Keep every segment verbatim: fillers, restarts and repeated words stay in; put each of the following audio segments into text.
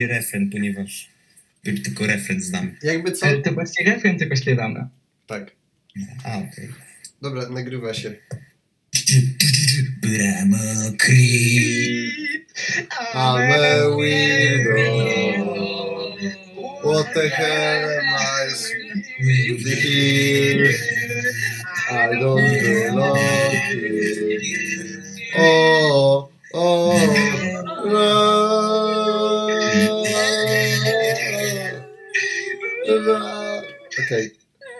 refren, ponieważ tylko refren znam. Jakby co? Ale to właśnie refren tylko śpiewamy. Tak. A, okej. Okay. Dobra, nagrywa się. Brama creep, I'm a weirdo. What the hell am I here? I don't belong here. Oh, oh, okej.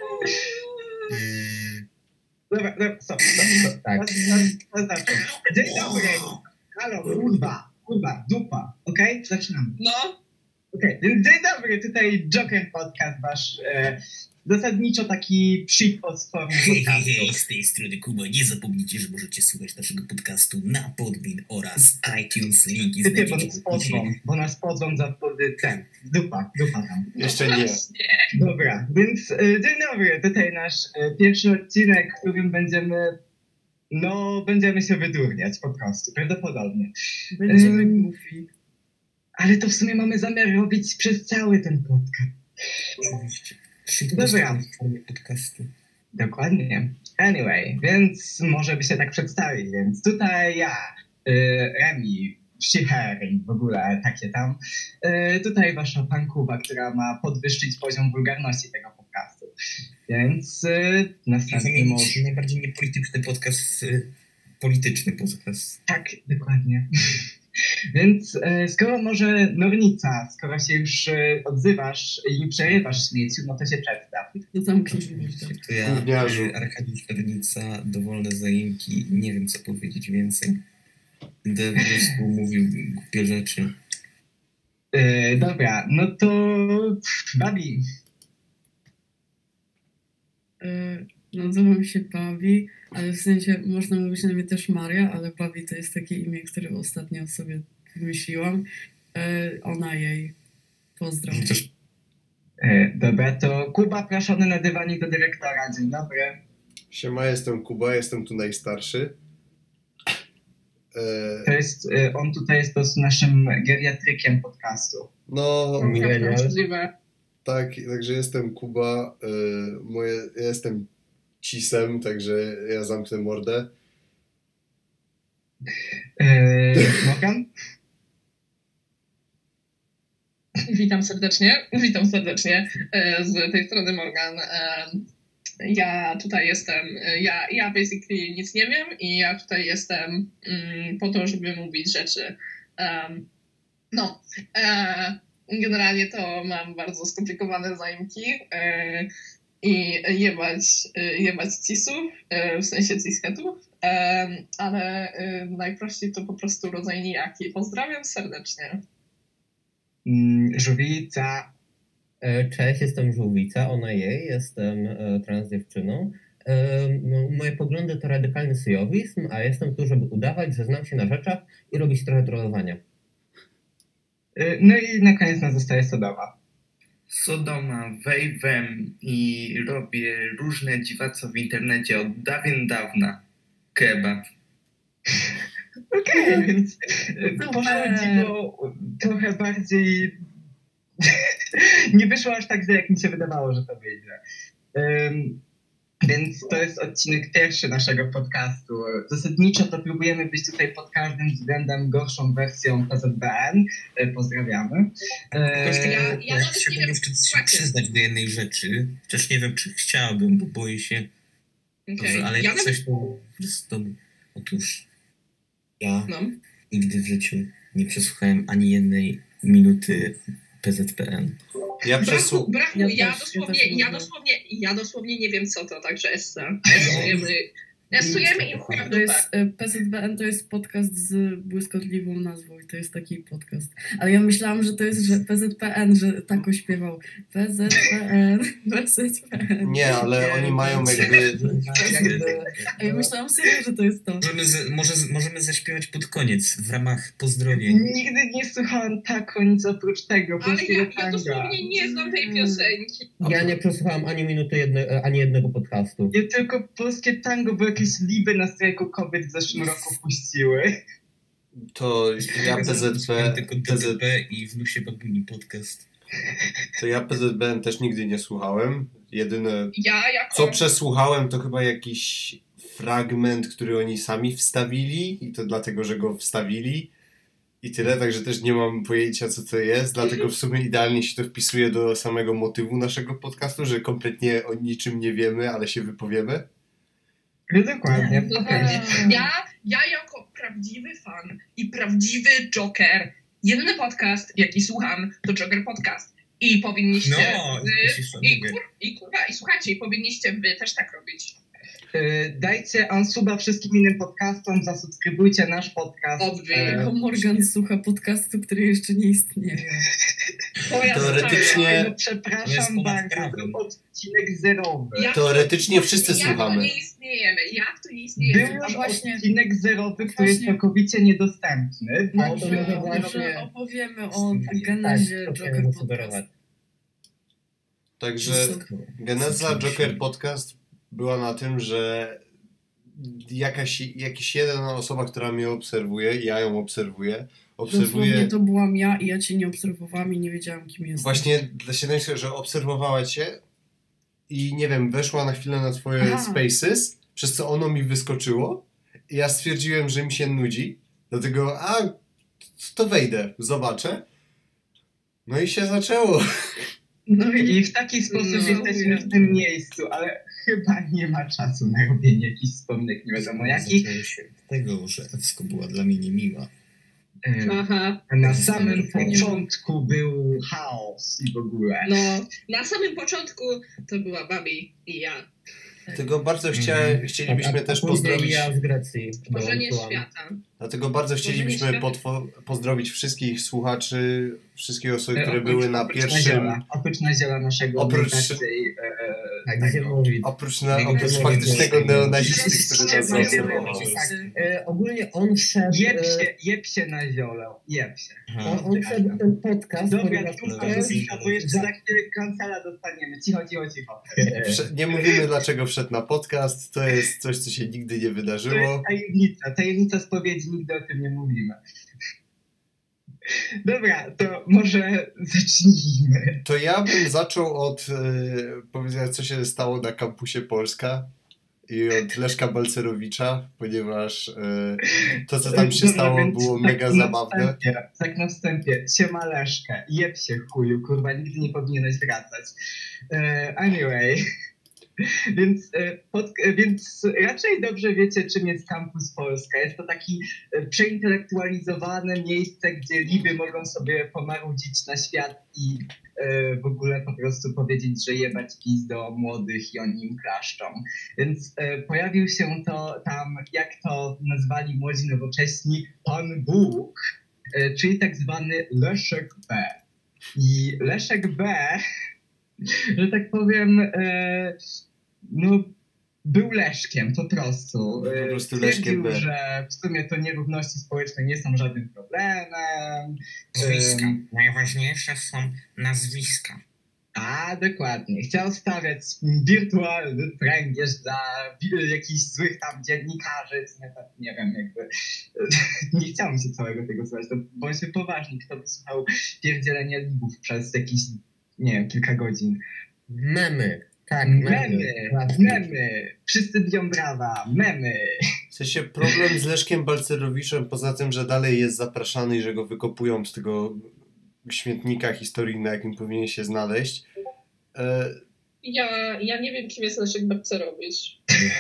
Dobra, dobra, stop, stop, stop. Tak. Dzień dobry. Halo, kurwa, kurwa, dupa. Okej? Okay? Zaczynamy. No. Okej, okay. Więc dzień dobry, tutaj Joker Podcast, wasz e, zasadniczo taki shitpost z formy Hej, hej, podcastu. hej, z tej strony Kuba. Nie zapomnijcie, że możecie słuchać naszego podcastu na Podbean oraz iTunes. Linki Ty, ty, bo znajdziecie nas pozwą, bo nas pozwą za pod- ten, dupa, dupa tam. Jeszcze nie. Dobra, więc e, dzień dobry, tutaj nasz e, pierwszy odcinek, w którym będziemy, no, będziemy się wydurniać po prostu, prawdopodobnie. Będziemy Ym, głupi. Ale to w sumie mamy zamiar robić przez cały ten podcast. Oczywiście. Dobra. W formie podcastu. Dokładnie. Anyway, więc może by się tak przedstawić, więc tutaj ja, y, Remi, She-Herring, w ogóle takie tam. Y, tutaj wasza pan Kuba, która ma podwyższyć poziom wulgarności tego podcastu. Więc y, następnie może... Zamienić najbardziej niepolityczny podcast w polityczny podcast. Tak, dokładnie. Więc e, skoro może Nornica, skoro się już e, odzywasz i przerywasz śmieciu, no to się przedstaw. To zamknij się. To ja, Gówniarzu. y, Arkadiusz Nornica, dowolne zaimki, nie wiem co powiedzieć więcej. Będę po prostu mówił głupie rzeczy. E, dobra, no to Babi. E, Nazywam się Babi, ale w sensie można mówić na mnie też Maria, ale Babi to jest takie imię, które ostatnio sobie wymyśliłam. E, ona jej. Pozdro. Chociaż E, dobra, to Kuba proszony na dywanik do dyrektora. Dzień dobry. Siema, jestem Kuba, jestem tu najstarszy. E, To jest, e, on tutaj jest po prostu naszym geriatrykiem podcastu. no, Milenial. Możliwe. tak, także jestem Kuba. E, moje, ja jestem cisem, także ja zamknę mordę. E, Morgan? Witam serdecznie, witam serdecznie e, z tej strony Morgan. E, Ja tutaj jestem, ja, ja basically nic nie wiem i ja tutaj jestem mm, po to, żeby mówić rzeczy. Um, no, e, generalnie to mam bardzo skomplikowane zaimki e, i jebać, jebać cisów, e, w sensie cisketów, e, ale e, najprościej to po prostu rodzaj nijaki. Pozdrawiam serdecznie. Mm, Żółwica. Cześć, jestem Żółwica, ona jej, jestem e, trans dziewczyną. E, no, moje poglądy to radykalny syjowizm, a jestem tu, żeby udawać, że znam się na rzeczach i robić trochę trollowania. E, no i na koniec nas zostaje Sodoma. Sodoma, wejwem i robię różne dziwactwa w internecie od dawien dawna. Kebab. Okej, okay, więc poszło trochę bardziej... Nie wyszło aż tak źle, jak mi się wydawało, że to wyjdzie. Um, więc to jest odcinek pierwszy naszego podcastu. Zasadniczo to próbujemy być tutaj pod każdym względem gorszą wersją P Z B N. Pozdrawiamy. Ja, ja ja nawet nie chciałbym wiem, jeszcze się przyznać do jednej rzeczy. Chociaż nie wiem, czy chciałabym, bo boję się. Okay. Dobrze, ale ja jak coś, to po prostu... Otóż ja no. nigdy w życiu nie przesłuchałem ani jednej minuty P Z P N. Ja Braku, przesu... braku, Ja ja, też- dosłownie, ja też ja, mówię. dosłownie, ja dosłownie nie wiem co to, także essa. Estujemy, estujemy im chuja w To dupę. jest, e, P Z B N to jest podcast z błyskotliwą nazwą i to jest taki podcast. Ale ja myślałam, że to jest że P Z P N, że tako śpiewał. P Z P N, P Z P N. Nie, ale oni mają jakby... A ja myślałam serio, że to jest to. Możemy, z, może, z- możemy zaśpiewać pod koniec w ramach pozdrowień. Nigdy nie słuchałam tako nic oprócz tego. Ale polskiego ja, ja tanga. dosłownie nie znam tej piosenki. Ja nie przesłuchałem ani minuty jedne, ani jednego podcastu. Ja tylko polskie tango, bo jakieś liby na strajku kobiet w zeszłym roku puściły. To ja P Z P, tylko D Z P i w Lusie Babuni podcast. to ja P Z B N też nigdy nie słuchałem. Jedyne, Ja jako... co przesłuchałem, to chyba jakiś fragment, który oni sami wstawili i to dlatego, że go wstawili i tyle, także też nie mam pojęcia, co to jest, dlatego w sumie idealnie się to wpisuje do samego motywu naszego podcastu, że kompletnie o niczym nie wiemy, ale się wypowiemy. No dokładnie. Dokładnie. Ja, ja jako prawdziwy fan i prawdziwy Joker, jedyny podcast, jaki słucham, to Joker Podcast. I powinniście No, wy, to się i, szanuje. kur, i kurwa, i słuchajcie, i powinniście wy też tak robić. Y, Dajcie unsuba wszystkim innym podcastom, zasubskrybujcie nasz podcast. Odwy. E, Tylko Morgan słucha podcastu, który jeszcze nie istnieje. To ja Teoretycznie- no, To jest przepraszam ponad bardzo, prawem. to odcinek zerowy. Jak Teoretycznie wszyscy jak słuchamy. to nie istniejemy? Jak to nie Był istniejemy? już właśnie- odcinek zerowy, który jest właśnie- całkowicie niedostępny. No, bo- to może Może, właśnie- może opowiemy o Tak, genezie to Joker chciałem Podcast. zasugerować. Także geneza Joker Podcast była na tym, że jakaś, jakiś jedna osoba, która mnie obserwuje, ja ją obserwuję, Dosłownie obserwuje to byłam ja i ja cię nie obserwowałam i nie wiedziałam, kim jesteś. właśnie dla się myślę, że obserwowała cię i nie wiem, weszła na chwilę na twoje Aha. spaces, przez co ono mi wyskoczyło i ja stwierdziłem, że mi się nudzi, dlatego a to wejdę, zobaczę. No i się zaczęło. No i I w taki sposób No, jesteśmy w tym miejscu, ale chyba nie ma czasu na robienie jakichś wspominek, nie wiadomo jakich. Zaczęło się od tego, że Ewsko była dla mnie niemiła. E, Aha, Na samym Nie początku był chaos i w ogóle. no, na samym początku to była Babi i ja. Dlatego bardzo chcia, Mhm. chcielibyśmy Tak, a- też a później pozdrowić. Ja z Grecji Tworzenie dołączyłam. świata. Dlatego bardzo chcielibyśmy świata. potwo- pozdrowić wszystkich słuchaczy, wszystkie osoby, E, które oprócz- były na oprócz pierwszym. Naziola, oprócz Naziola naszego Oprócz- najbardziej, e, e, Tak, gdzie tego. mówić. Oprócz, na, Nie oprócz wiem, faktycznego nie wiem. neonazisty, który nas Nie wiem. zaobserwował. Tak. E, ogólnie on wszedł, Jeb e, się, jeb się na ziolę, jeb się. on, on wszedł w ten podcast, Dobra, ponieważ tu to jest- cicho, bo jeszcze za chwilę kancela dostaniemy. Cicho, cicho, cicho. Prze- Nie mówimy, dlaczego wszedł na podcast, to jest coś, co się nigdy nie To jest wydarzyło. tajemnica, tajemnica spowiedzi, nigdy o tym nie mówimy. Dobra, to może zacznijmy. To ja bym zaczął od e, powiedzenia, co się stało na kampusie Polska i od Leszka Balcerowicza, ponieważ e, to, co tam się Dobra, stało, więc było tak mega na zabawne. wstępie, Tak na wstępie, siema Leszkę, jeb się chuju, kurwa, nigdy nie powinieneś wracać. E, anyway, więc, e, pod, e, więc raczej dobrze wiecie, czym jest Campus Polska. Jest to taki e, przeintelektualizowane miejsce, gdzie liby mogą sobie pomarudzić na świat i e, w ogóle po prostu powiedzieć, że jebać pis do młodych i oni im klaszczą. Więc e, pojawił się to tam, jak to nazwali młodzi nowocześni, Pan Bóg, e, czyli tak zwany Leszek B. I Leszek B, że tak powiem, e, no był Leszkiem po prostu. E, Po prostu Stwierdził, Leszkiem B. że w sumie to nierówności społeczne nie są żadnym problemem. Nazwiska. Em, Najważniejsze są nazwiska. A, dokładnie. Chciał stawiać wirtualny pręgierz dla wi- jakichś złych tam dziennikarzy, co nie, nie wiem, jakby nie chciałem się całego tego słuchać, to bądźmy poważni, kto by słuchał pierdzielenia libów przez jakieś, nie wiem, kilka godzin. Memy. Tak, Memy, Klasy. memy, wszyscy biją brawa, memy. W sensie problem z Leszkiem Balcerowiczem, poza tym, że dalej jest zapraszany i że go wykopują z tego śmietnika historii, na jakim powinien się znaleźć. E... Ja, ja nie wiem, kim jest Leszek Balcerowicz.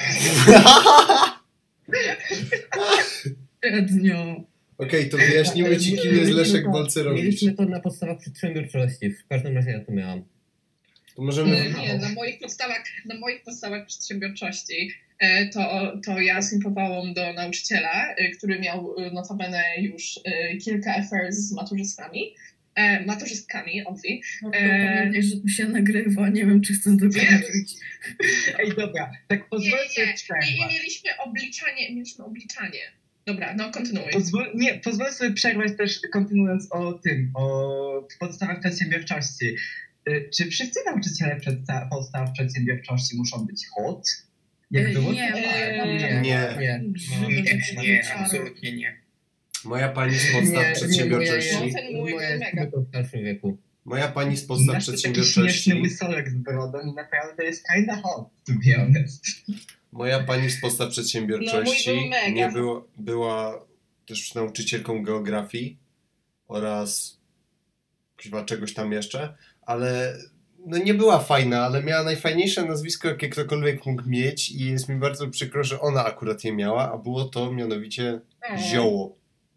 średnio. Okej, to wyjaśnimy ci, kim jest Leszek to, Balcerowicz. Mieliśmy to na podstawach przedsiębiorczości. W każdym razie ja to miałam. To możemy... Nie, nie, na moich podstawach, na moich podstawach przedsiębiorczości e, to, to ja simpowałam do nauczyciela, e, który miał e, notabene już e, kilka affairs z maturzystami. E, maturzystkami, obvi. No, Eee. pamiętaj, że tu się nagrywa, nie wiem, czy chcę dokończyć. Ej, dobra, tak Nie, pozwolę nie, sobie nie. I, I przerwać. mieliśmy obliczanie, mieliśmy obliczanie. Dobra, no kontynuuj. Pozwól, nie, pozwolę sobie przerwać też, kontynuując o tym, o podstawach przedsiębiorczości. Y, Czy wszyscy nauczyciele przedsta- podstaw przedsiębiorczości muszą być hot? Jak Ej, było? nie, Eee, Nie. Nie. No, nie, nie, absolutnie nie. Moja pani z podstaw Nie, nie, moja przedsiębiorczości. jest, Ten mój moja jest mega. tylko w starszym wieku. Moja pani z podstaw Nasz taki śmieszny przedsiębiorczości. łysolek z brodą i naprawdę jest kinda hot, to be honest. Moja pani z podstaw przedsiębiorczości No, mój był mega. nie było, była też nauczycielką geografii oraz chyba czegoś tam jeszcze, ale no nie była fajna, ale miała najfajniejsze nazwisko, jakie ktokolwiek mógł mieć i jest mi bardzo przykro, że ona akurat je miała, a było to mianowicie O, Zioło.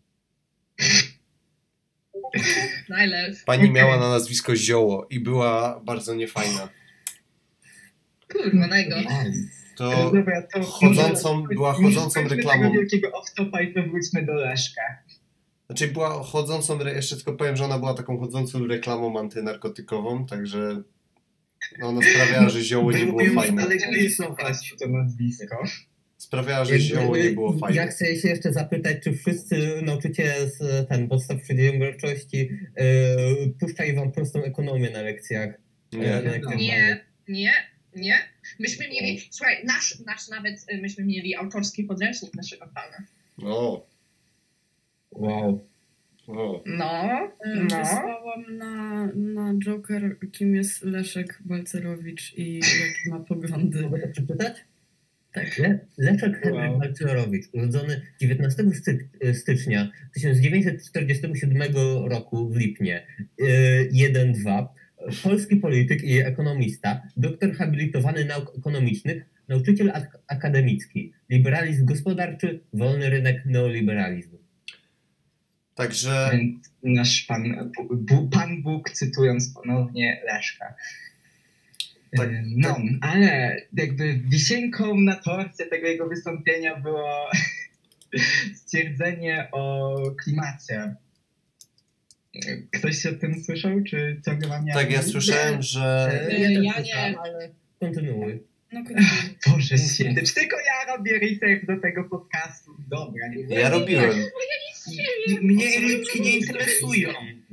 najlepszy. Pani miała na nazwisko Zioło i była bardzo niefajna. Kurwa, najgorszy. To Dobra, to chodzącą, może- była może chodzącą skończmy reklamą. tego wielkiego off-topa i powróćmy do Leszka. Znaczy była chodzącą, re- jeszcze tylko powiem, że ona była taką chodzącą reklamą antynarkotykową, także no, ona sprawiała, że zioło nie było Próbuję fajne. zalegalizować. To nazwisko. Sprawiała, że zioło nie było Ja fajne. chcę się jeszcze zapytać, czy wszyscy nauczyciele z ten podstaw przedsiębiorczości yy, puszczają wam prostą ekonomię na lekcjach? Nie. e, na lekcjach Nie, nie, nie. Myśmy mieli, słuchaj, nasz, nasz nawet, y, myśmy mieli autorski podręcznik naszego pana. O, Wow. o. No, E, no. Wysłałam na, na Joker, kim jest Leszek Balcerowicz i jakie ma poglądy. Mogę to przeczytać? Tak. Le- Leszek Henryk Wow. Balcerowicz, urodzony dziewiętnastego sty- stycznia tysiąc dziewięćset czterdziestego siódmego roku w Lipnie, yy, jeden dwa, polski polityk i ekonomista, doktor habilitowany nauk ekonomicznych, nauczyciel ak- akademicki, liberalizm gospodarczy, wolny rynek, neoliberalizm. Także Więc nasz pan, Bu- pan Bóg, cytując ponownie Leszka. Tak, E, No, ale jakby wisienką na torcie tego jego wystąpienia było stwierdzenie o klimacie. Ktoś się o tym słyszał, czy ciągle mam tak ja słyszałem, że E, Ja też nie. słyszałem, ale kontynuuj. No, kontynuuj. Boże święty, czy tylko ja robię research do tego podcastu? Dobra, nie ja robiłem. Mnie rybki nie interesują.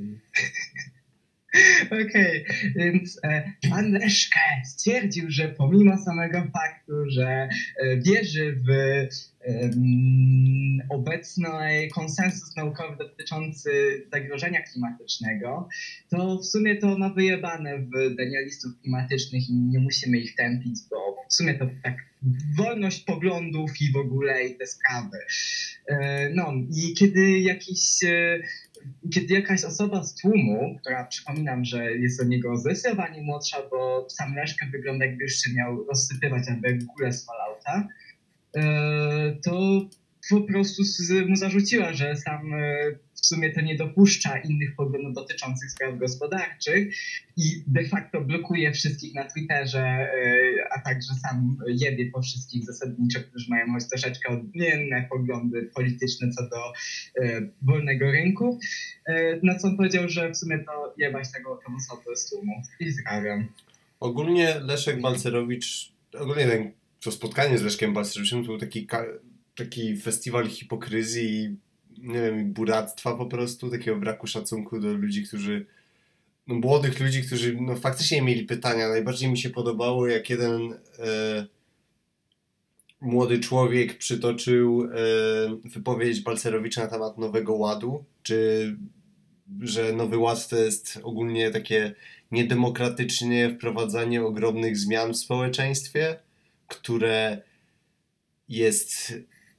Okej, więc e, pan Leszkę stwierdził, że pomimo samego faktu, że e, wierzy w em, obecny konsensus naukowy dotyczący zagrożenia klimatycznego, to w sumie to ma wyjebane w denialistów klimatycznych i nie musimy ich tępić, bo w sumie to tak wolność poglądów i w ogóle i te sprawy. E, no i kiedy jakiś e, kiedy jakaś osoba z tłumu, która przypominam, że jest od niego zdecydowanie młodsza, bo sam Leszkę wygląda jakby jeszcze miał rozsypywać albo jak górę z Fallouta, e, to po prostu z- mu zarzuciła, że sam e, w sumie to nie dopuszcza innych poglądów dotyczących spraw gospodarczych i de facto blokuje wszystkich na Twitterze, e, a także sam jebie po wszystkich zasadniczo, którzy mają choć troszeczkę odmienne poglądy polityczne co do e, wolnego rynku. E, na co on powiedział, że w sumie to jebać tego tą osobę z tłumu. I zgrabiam. Ogólnie Leszek Balcerowicz, ogólnie ten, to spotkanie z Leszkiem Balcerowiczem to był taki, ka- taki festiwal hipokryzji, nie wiem, i buractwa po prostu, takiego braku szacunku do ludzi, którzy, no młodych ludzi, którzy no faktycznie mieli pytania. Najbardziej mi się podobało, jak jeden e, młody człowiek przytoczył e, wypowiedź Balcerowicza na temat Nowego Ładu, czy że Nowy Ład to jest ogólnie takie niedemokratycznie wprowadzanie ogromnych zmian w społeczeństwie, które jest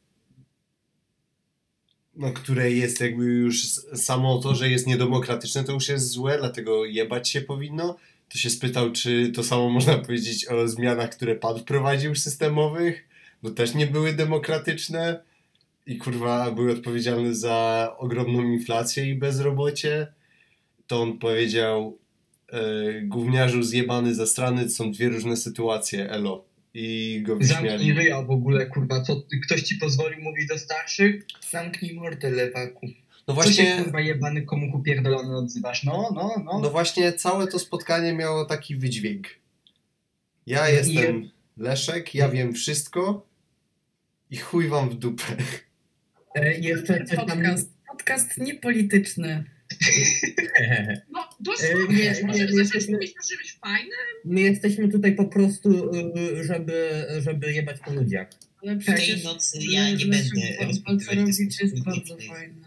no, które jest jakby już samo to, że jest niedemokratyczne, to już jest złe, dlatego jebać się powinno. To się spytał, czy to samo można powiedzieć o zmianach, które pan wprowadził systemowych, bo też nie były demokratyczne i kurwa były odpowiedzialne za ogromną inflację i bezrobocie. To on powiedział, e, gówniarzu zjebany, zastrany, to są dwie różne sytuacje, elo. I go Zamknij wyśmiali. ryja w ogóle, kurwa, co, ktoś ci pozwoli mówić do starszych? Zamknij mordę, lewaku. No Co się, właśnie, kurwa, jebany komuchu pierdolony odzywasz? No, no, no. no właśnie całe to spotkanie miało taki wydźwięk. Ja I- jestem Leszek, ja wiem wszystko i chuj wam w dupę. E, jeszcze coś tam... Podcast, podcast niepolityczny. No, E, dosłownie, nie, może nie, zacząć jesteśmy- mówić, może być fajne. My jesteśmy tutaj po prostu, y, żeby, żeby jebać po ludziach. Ale W tej przecież nocy ja nie Leszek będę rozpytywać Balcerowicz dyskusji jest bardzo publicznej. fajny.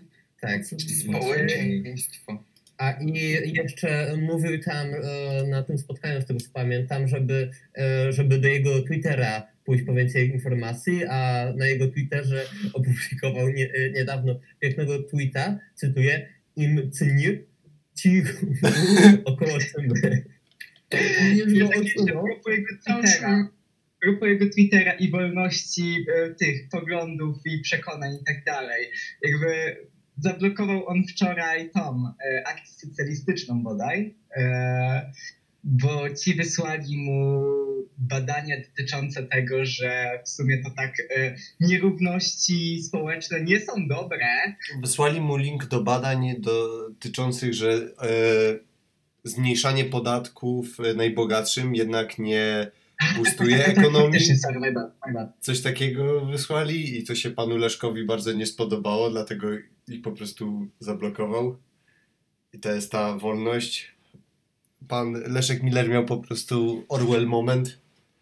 Tak. Co by- Społeczeństwo. A i jeszcze mówił tam e, na tym spotkaniu, z tego co pamiętam, żeby, e, żeby do jego Twittera pójść po więcej informacji, a na jego Twitterze opublikował nie, e, niedawno pięknego tweeta, cytuję, im cni ci około czym. To Już go tak jeszcze odsunął. propos jego Twittera. Propos jego Twittera i wolności e, tych poglądów i przekonań i tak dalej. Jakby zablokował on wczoraj tą e, akcję socjalistyczną bodaj, e, bo ci wysłali mu badania dotyczące tego, że w sumie to tak e, nierówności społeczne nie są dobre. Wysłali mu link do badań dotyczących, że e, zmniejszanie podatków e, najbogatszym jednak nie boostuje Tak, tak, ekonomii. faktycznie, sorry, my bad, my bad. Coś takiego wysłali i to się panu Leszkowi bardzo nie spodobało, dlatego ich po prostu zablokował. I to jest ta wolność. Pan Leszek Miller miał po prostu Orwell moment.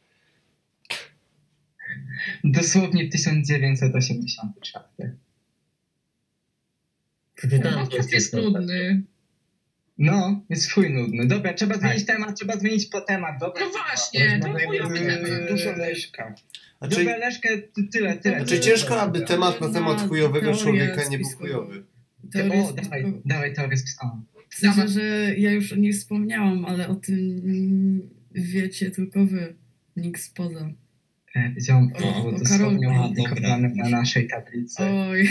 Dosłownie tysiąc dziewięćset osiemdziesiąty czwarty. Przeczytałem Podcast jest nudny. No, jest chuj nudny. Dobra, trzeba zmienić temat, trzeba zmienić po temat. Dobra, No właśnie, to chujowy temat. Dużo Leszka. Znaczy, Dobra, Leszkę, ty- tyle, tyle. znaczy ciężko, aby temat na temat Na chujowego teorię człowieka nie był spiskową. chujowy. Teoria O, dawaj, spiskowa. dawaj teorię spiskową. W sensie, że ja już o niej wspomniałam, ale o tym mm, wiecie tylko wy. Nikt spoza. E, Ziom, O, to o, było dosłownie Karol- opublikowane na naszej tablicy. Oj.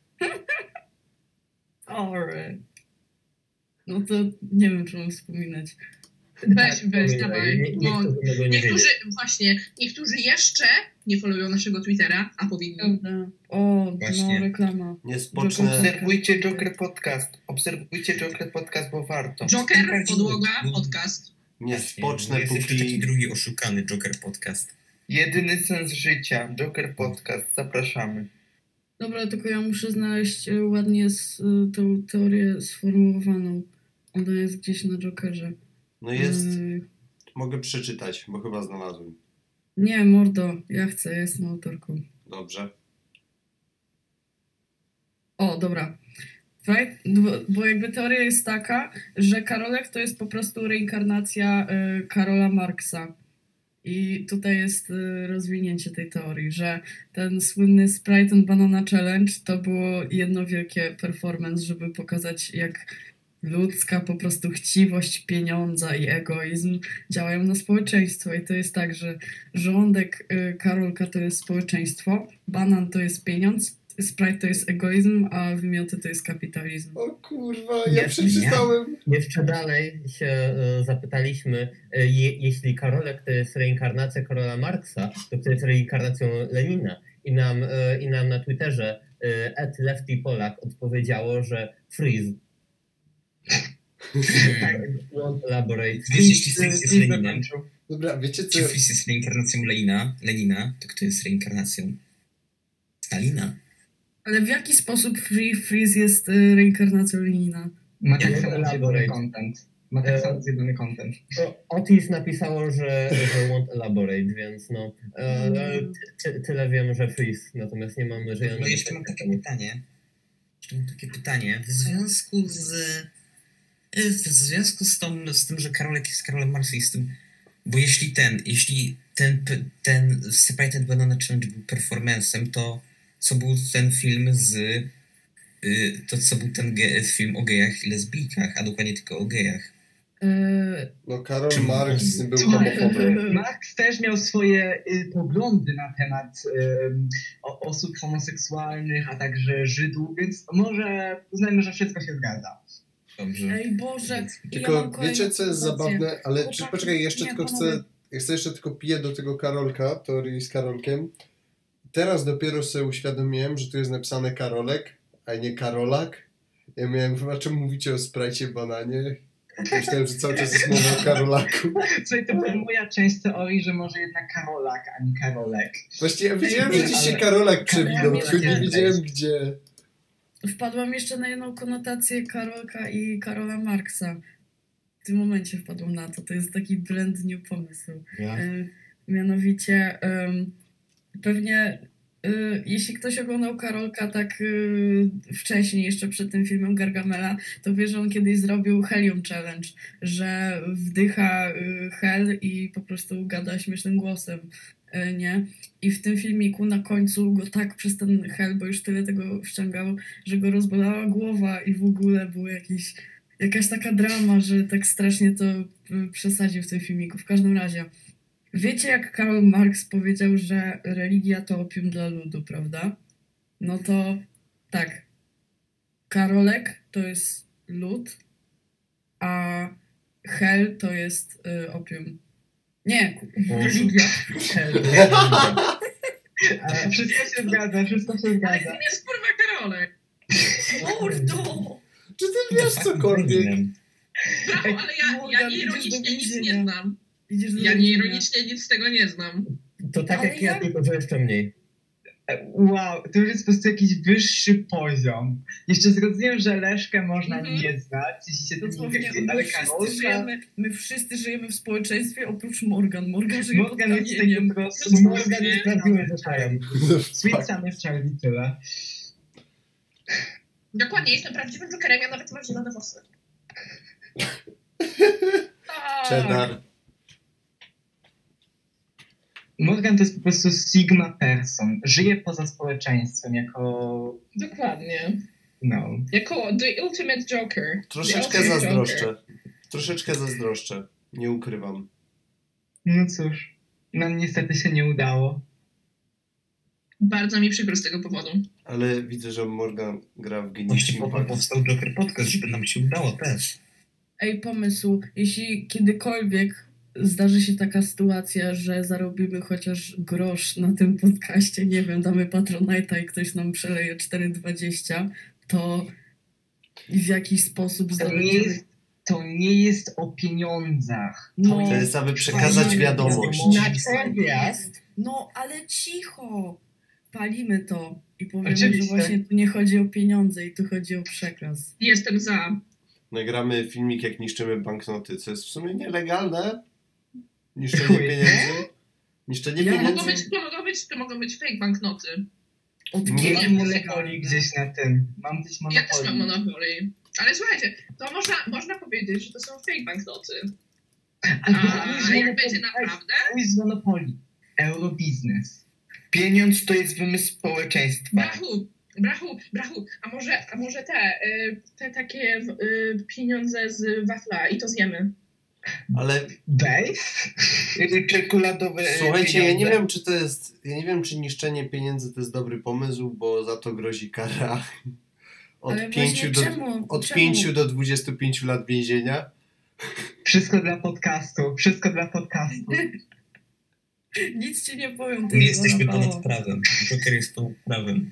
Sorry. No to nie wiem, czy mam wspominać. Weź, weź, Nie, dawaj. nie, nie, Bo chcę tego nie niektórzy, wiedzieć. właśnie, niektórzy jeszcze nie followują naszego Twittera, a powinni. Prawda. O, Właśnie. no reklama. Nie spocznę. Obserwujcie Joker Podcast. Obserwujcie Joker Podcast, bo warto. Joker, Kilka podłoga, dni. podcast. Nie Właśnie, spocznę, jest jeszcze taki póki... drugi oszukany Joker Podcast. Jedyny sens życia. Joker Podcast. Zapraszamy. Dobra, tylko ja muszę znaleźć y, ładnie z, y, tą teorię sformułowaną. Ona jest gdzieś na Jokerze. No jest... Y, Mogę przeczytać, bo chyba znalazłem. nie, mordo, ja chcę, ja jestem autorką. Dobrze. O, dobra. Right? Bo, bo jakby teoria jest taka, że Karolek to jest po prostu reinkarnacja y, Karola Marksa. I tutaj jest y, rozwinięcie tej teorii, że ten słynny Sprite and Banana Challenge to było jedno wielkie performance, żeby pokazać, jak ludzka po prostu chciwość pieniądza i egoizm działają na społeczeństwo. I to jest tak, że żołądek y, Karolka to jest społeczeństwo, banan to jest pieniądz, Sprite to jest egoizm, a wymioty to jest kapitalizm. O kurwa, ja ja przeczytałem. Jeszcze dalej się e, zapytaliśmy, e, je, jeśli Karolek to jest reinkarnacja Karola Marksa, to kto jest reinkarnacją Lenina? I nam, e, i nam na Twitterze e, at Lefty Polak odpowiedziało, że freeze. Won't elaborate. Wiesz, jeśli Fritz jest Steve Leninem, dokończył. Dobra, wiecie co? czy Fritz jest reinkarnacją Lenina, Lenina, to kto jest reinkarnacją Stalina? Ale w jaki sposób Free Freeze jest y, reinkarnacją Lenina? Ma tak Ja samo zjebany elaborate. content. Ma tak E, samo zjebany content. To Otis napisało, że, że won't elaborate, więc no e, e, ty, tyle wiem, że freeze, natomiast nie mamy No żadnego... jeszcze mam takie pytanie. Jeszcze mam takie pytanie. W związku z... W związku z, tą, z tym, że Karolek jest Karolem Marksa i z tym... Bo jeśli ten, jeśli ten, p- ten Sprite and Banana Challenge był performancem, to co był ten film z... y, To co był ten ge- film o gejach i lesbijkach, a dokładnie tylko o gejach. E, No Karol Czemu? Marx był Słuchaj, homofobem. Marx też miał swoje y, poglądy na temat ym, o, osób homoseksualnych, a także Żydów, więc może uznajmy, że wszystko się zgadza. Dobrze. Ej Boże, ja mam Tylko kolejną wiecie co jest sytuację. zabawne, ale czy Chłopaki, poczekaj, jeszcze nie, tylko panowie. chcę, ja chcę jeszcze tylko piję do tego Karolka, teorii z Karolkiem. Teraz dopiero sobie uświadomiłem, że tu jest napisane Karolek, a nie Karolak. Ja miałem, chyba czemu mówicie o Sprajcie bananie? Myślałem, że cały czas jest mowa o Karolaku. Słuchaj, to była moja część teorii, że może jednak Karolak, a nie Karolek. Właściwie ja wiedziałem, że Nie, gdzieś się ale- Karolak przewinął, Karol tylko nie jest- wiedziałem gdzie. Wpadłam jeszcze na jedną konotację Karolka i Karola Marksa. W tym momencie wpadłam na to. To jest taki brand new pomysł. Ja? E, mianowicie em, pewnie y, jeśli ktoś oglądał Karolka tak y, wcześniej, jeszcze przed tym filmem Gargamela, to wie, że on kiedyś zrobił Helium Challenge, że wdycha y, hel i po prostu gada śmiesznym głosem, y, nie? I w tym filmiku na końcu go tak przez ten hel, bo już tyle tego ściągał, że go rozbolała głowa i w ogóle był jakiś, jakaś taka drama, że tak strasznie to y, przesadził w tym filmiku. W każdym razie, wiecie, jak Karl Marx powiedział, że religia to opium dla ludu, prawda? No to tak. Karolek to jest lud, a hel to jest y, opium. Nie, religia. Hel. Ale wszystko się zgadza, wszystko się Ale zgadza. kim jest kurwa Karolek? Mordo! Czy ty wiesz cokolwiek? Brawo, ale ja, ja Morgan, idziesz do nieironicznie nic nie więzienia. znam. Idziesz do Ja więzienia. nieironicznie nic z tego nie znam. To tak Ale jak ja, ja- tylko że jeszcze mniej. Wow, to już jest po prostu jakiś wyższy poziom. Jeszcze zrozumiałem, że Leszkę można Mhm. nie znać, jeśli się tym nie Dosłownie, wie, my ale wszyscy, Karolka... żyjemy, my wszyscy żyjemy w społeczeństwie oprócz Morgan. Morgan żyje pod Morgan jest kamieniem. taki po prostu... No, Morgan jest prawdziwym rzeczarem. Sweet Summer Charlie tyle. Dokładnie, jestem prawdziwym jokerem, ja nawet mam zielone włosy. Tak. Cheddar. Morgan to jest po prostu Sigma person. Żyje poza społeczeństwem jako... Dokładnie. No. Jako the ultimate joker. Troszeczkę The ultimate zazdroszczę. joker. Troszeczkę zazdroszczę. Nie ukrywam. No cóż. Nam niestety się nie udało. Bardzo mi przykro z tego powodu. Ale widzę, że Morgan gra w Właśnie Genius po to Impact. powstał Joker Podcast, żeby nam się udało też. Ej, pomysł. Jeśli kiedykolwiek zdarzy się taka sytuacja, że zarobimy chociaż grosz na tym podcaście, nie wiem, damy Patronite'a i ktoś nam przeleje cztery dwadzieścia, to w jakiś sposób To nie zdobędziemy... jest, to nie jest o pieniądzach. No, To jest, aby przekazać Fajnie, wiadomość. Natomiast no, ale cicho! Palimy to i powiemy, Oczywiście. że właśnie tu nie chodzi o pieniądze i tu chodzi o przekaz. Jestem za. Nagramy filmik, jak niszczymy banknoty, co jest w sumie nielegalne. Niszczenie Chuj. pieniędzy. Niszczenie Ja To mogą pieniędzy. być, to mogą być, to mogą być fake banknoty. Od Nie, kiedy mam nie, monopolii gdzieś na tym. Mam gdzieś Ja też mam monopolii. Monopoly. Ale słuchajcie, to można, można powiedzieć, że to są fake banknoty. Ale A chuj z jak Monopoly. będzie naprawdę, Chuj z Monopolii. Eurobiznes. Pieniądz to jest wymysł społeczeństwa. brachu, brachu, brachu, a może, a może te, y, te takie y, pieniądze z wafla i to zjemy. Ale Base? Czekoladowe słuchajcie, ja nie pieniądze. wiem, czy to jest. Ja nie wiem, czy niszczenie pieniędzy to jest dobry pomysł, bo za to grozi kara od Ale pięciu właśnie do, czemu? od Czemu? pięciu do dwudziestu pięciu lat więzienia. Wszystko dla podcastu. Wszystko dla podcastu. Nic ci nie powiem. to Nie jest jesteśmy Monopoly. ponad prawem. Joker jest ponad prawem.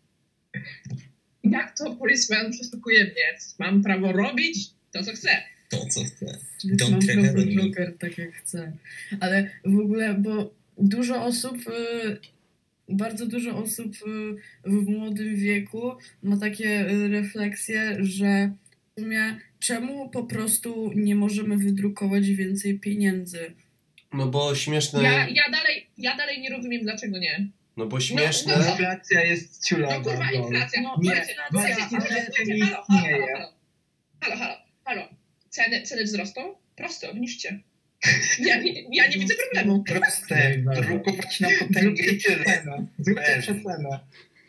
Jak to policeman przestukuje mnie? Mam prawo robić to, co chcę. To, co chce. Więc Don't mam tread prawo on me. Joker tak jak chcę. Ale w ogóle, bo dużo osób, y, bardzo dużo osób y, w młodym wieku ma takie y, refleksje, że w sumie czemu po prostu nie możemy wydrukować więcej pieniędzy? No bo śmieszne. Ja, ja, dalej, ja dalej nie rozumiem, dlaczego nie. No bo śmieszne. no, Inflacja jest No ciulowa. kurwa, bo- inflacja. No, Nie, Słuchajcie, właśnie słuchajcie, inflacja słuchajcie, nie halo, halo, istnieje. halo, halo, halo, halo. Ceny, ceny wzrosną? Proste, obniżcie. Ja nie, ja nie widzę problemu. Proste, drukować na potęgę i Zróbcie tyle. przecenę. Zróbcie Pewnie. przecenę.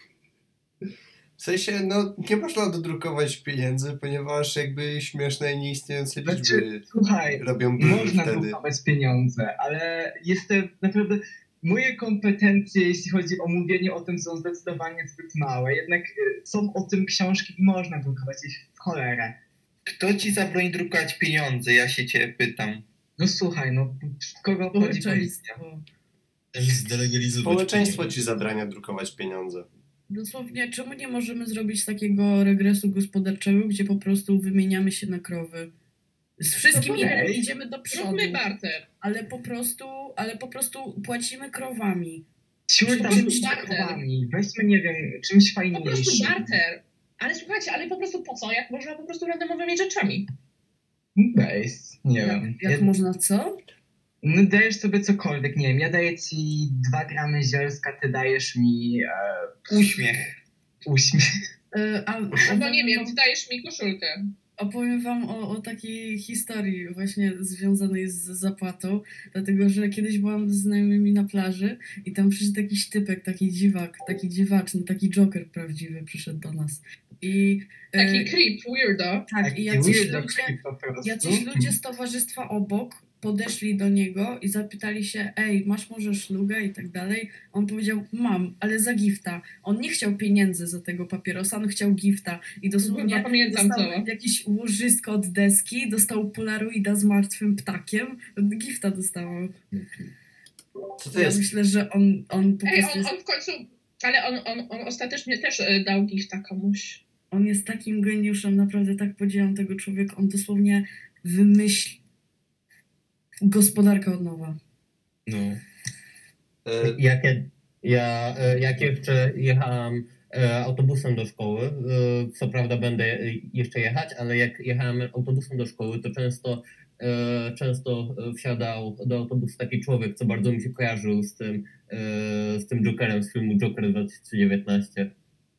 W sensie, no nie można dodrukować pieniędzy, ponieważ jakby śmieszne i nieistniejące liczby Znaczy, słuchaj, robią brud można wtedy. drukować pieniądze, ale jestem naprawdę... Moje kompetencje, jeśli chodzi o mówienie o tym, są zdecydowanie zbyt małe. Jednak y, są o tym książki i można drukować ich w cholerę. Kto ci zabroni drukować pieniądze? Ja się cię pytam. No słuchaj, no w kogo chodzi policja? Społeczeństwo. Też zdelegalizować Społeczeństwo pieniądze. ci zabrania drukować pieniądze. Dosłownie, czemu nie możemy zrobić takiego regresu gospodarczego, gdzie po prostu wymieniamy się na krowy? Z wszystkim Okej. innym idziemy do przodu, Róbmy barter. ale po prostu, ale po prostu płacimy krowami. Siły tam Czymś z barter. krowami. Weźmy, nie wiem, czymś Po prostu fajniejszym. barter. Ale słuchajcie, ale po prostu po co? Jak można po prostu randomowymi rzeczami? Base, nie Jak, wiem. jak Ja- można co? No dajesz sobie cokolwiek, nie wiem, ja daję ci dwa gramy zielska, ty dajesz mi e, Uśmiech. uśmiech. E, a, Albo opowiem nie wiem, wam- ty dajesz mi koszulkę. Opowiem wam o, o takiej historii właśnie związanej z zapłatą, dlatego że kiedyś byłam z znajomymi na plaży i tam przyszedł jakiś typek, taki dziwak, taki dziwaczny, taki joker prawdziwy przyszedł do nas. I e, Taki creep, weirdo. tak, i Taki jacyś weirdo ludzie, creep po prostu. jacyś ludzie z towarzystwa obok podeszli do niego i zapytali się, ej, masz może szlugę i tak dalej. On powiedział, mam, ale za gifta. On nie chciał pieniędzy za tego papierosa, on chciał gifta. I dosłownie Chyba pamiętam dostał to. jakieś łożysko od deski, dostał polaroida z martwym ptakiem, gifta dostawał. Co to Ja jest? myślę, że on, on po Ej, prostu on, jest, on w końcu, ale on, on, on ostatecznie też e, dał gifta komuś. on jest takim geniuszem, naprawdę tak podziwiam tego człowieka. On dosłownie wymyśli gospodarkę od nowa. No. E, Jak ja, ja, e, jak jeszcze jechałem e, autobusem do szkoły, e, co prawda będę jeszcze jechać, ale jak jechałem autobusem do szkoły, to często, e, często wsiadał do autobusu taki człowiek, co bardzo mi się kojarzył z tym, e, z tym Jokerem z filmu Joker dwa tysiące dziewiętnaście.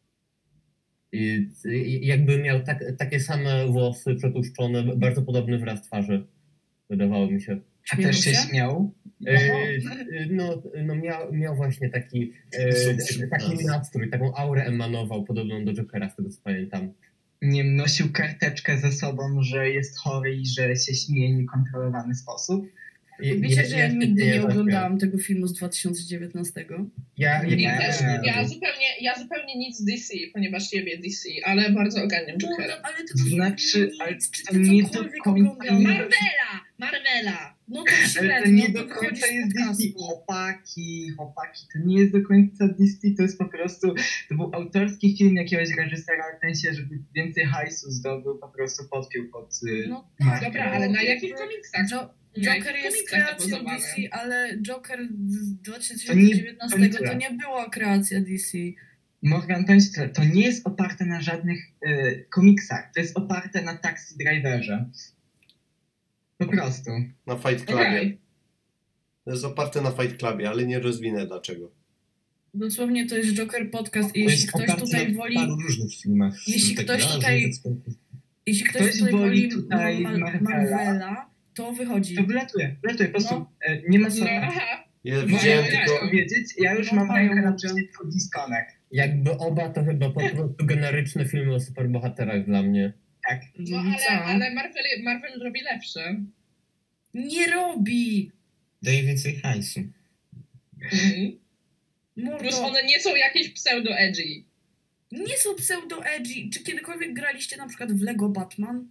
I, i jakby miał tak, takie same włosy przetłuszczone, bardzo podobny wyraz twarzy, wydawało mi się. A też się Śmieją się? śmiał? E, No, no miał, miał właśnie taki, e, taki nastrój, taką aurę emanował, podobną do Jokera, z tego co pamiętam. Nie wiem, nosił karteczkę ze sobą, że jest chory i że się śmieje w niekontrolowany sposób. I- Wiecie, ja- że ja ja się nigdy nie zaśmiałem. oglądałam tego filmu z dwa tysiące dziewiętnastego. Ja, ja, Nie, Ja, ja, też, nie. ja, zupełnie, ja zupełnie nic z D C, ponieważ lubię D C, ale bardzo ogarniam Jokera. ale to Znaczy, dosłownie ale nic. Czy to ty nie do cokolwiek końca oglądałeś? nie- Marvela! Marvela! No to Ale średnio, to nie to do wychodzisz końca z jest D C. podcastu. Chłopaki, chłopaki, to nie jest do końca D C, to jest po prostu, to był autorski film jakiegoś reżysera, w sensie, żeby więcej hajsu zdobył, po prostu podpiął pod y, No markę. Dobra, ale na jakich komiksach? Jo- Na Joker jakich jest komiksach to kreacją D bazowane? C, ale Joker z dwa To tysiące nie- dziewiętnastego to nie to nie była kreacja D C. Morgan, powiem ci tyle, to nie jest oparte na żadnych y, komiksach, to jest oparte na Taxi Driverze. Po prostu. na Fight Clubie. Okej. To jest oparte na Fight Clubie, ale nie rozwinę dlaczego. Dosłownie to jest Joker podcast i To jeśli jest ktoś oparte tutaj na woli, paru różnych filmach. jeśli Tak ktoś razem, tutaj- więc- jeśli ktoś Ktoś tutaj woli woli tutaj Mar- Marvela. Marvela, to wychodzi. To wylatuje, wylatuje, po prostu No. y, nie ma co No, aha. Ja Mogę widziałem ja- tylko... powiedzieć, ja już No, mam mają rękę na ludzie. przycisku Disconnect. jakby oba to chyba po prostu generyczne filmy o superbohaterach dla mnie. Tak. No Co? ale, ale Marvel, Marvel robi lepsze. Nie robi! Daje więcej hajsu. Mhm. Mordo, Plus one nie są jakieś pseudo-edgy. nie są pseudo-edgy. Czy kiedykolwiek graliście na przykład w Lego Batman?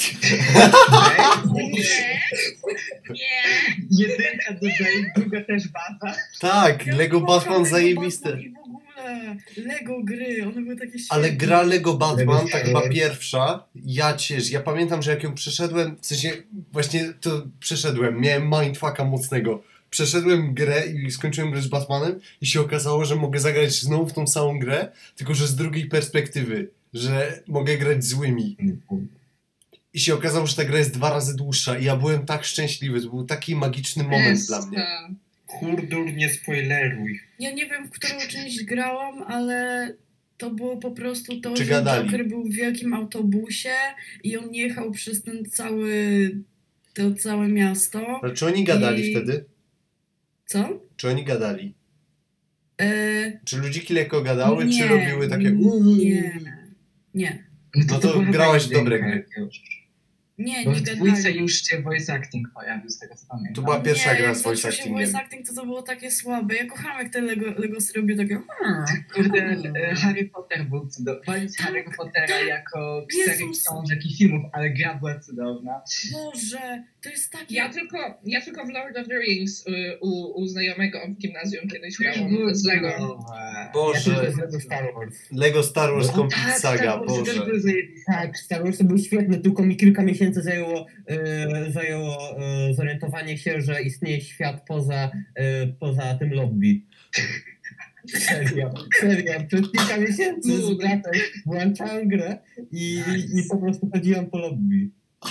Nie, nie. Jedynka do Dave, druga też baza. Tak, Ja Lego kocham Batman Lego zajebiste. Batman I w ogóle Lego gry, one były takie świetne. Ale gra Lego Batman, Lego ta Star chyba Wars. pierwsza, ja cięż, ja pamiętam, że jak ją przeszedłem, w sensie właśnie to przeszedłem, miałem mindfucka mocnego. Przeszedłem grę i skończyłem grę z Batmanem i się okazało, że mogę zagrać znowu w tą samą grę, tylko że z drugiej perspektywy, że mogę grać złymi. I się okazało, że ta gra jest dwa razy dłuższa i ja byłem tak szczęśliwy, to był taki magiczny moment Jest, dla mnie. tak. Hurdur, nie spoileruj. Ja nie wiem, w którą część grałam, ale to było po prostu to, Czy że gadali? Joker był w wielkim autobusie i on jechał przez ten cały, to całe miasto. Ale czy oni gadali I- wtedy? Co? Czy oni gadali? E, Czy ludziki lekko gadały, nie, czy robiły takie... Nie, nie, No to była grałaś w jedynka dobre gry. już. nie, Bo nie w dwójce gadali. już się voice acting pojawił, z tego co pamiętam. To była pierwsza nie, gra jak z voice zaczął się actingiem. voice acting, to to było takie słabe. Ja kocham, jak te Lego, Lego robią takie... Kurde, e, Harry Potter był cudowny. Walić Tak, Harry'ego Pottera tak. jako Jezus. serię książek i filmów, ale gra była cudowna. Boże, to jest takie... Ja tylko, ja tylko w Lord of the Rings y, u, u znajomego w gimnazjum kiedyś Też grałam były z Lego. cudowe. Ja Boże, tylko z Lego Star Wars. Lego Star Wars O Complete tak, Saga, Star Warsy też Boże. były zajebiste. Tak, Star Wars był świetny, tylko mi kilka miesięcy zajęło, e, zajęło e, zorientowanie się, że istnieje świat poza, e, poza tym lobby. Serio, serio. Przez kilka miesięcy z bratem włączałem grę i, i po prostu chodziłem po lobby.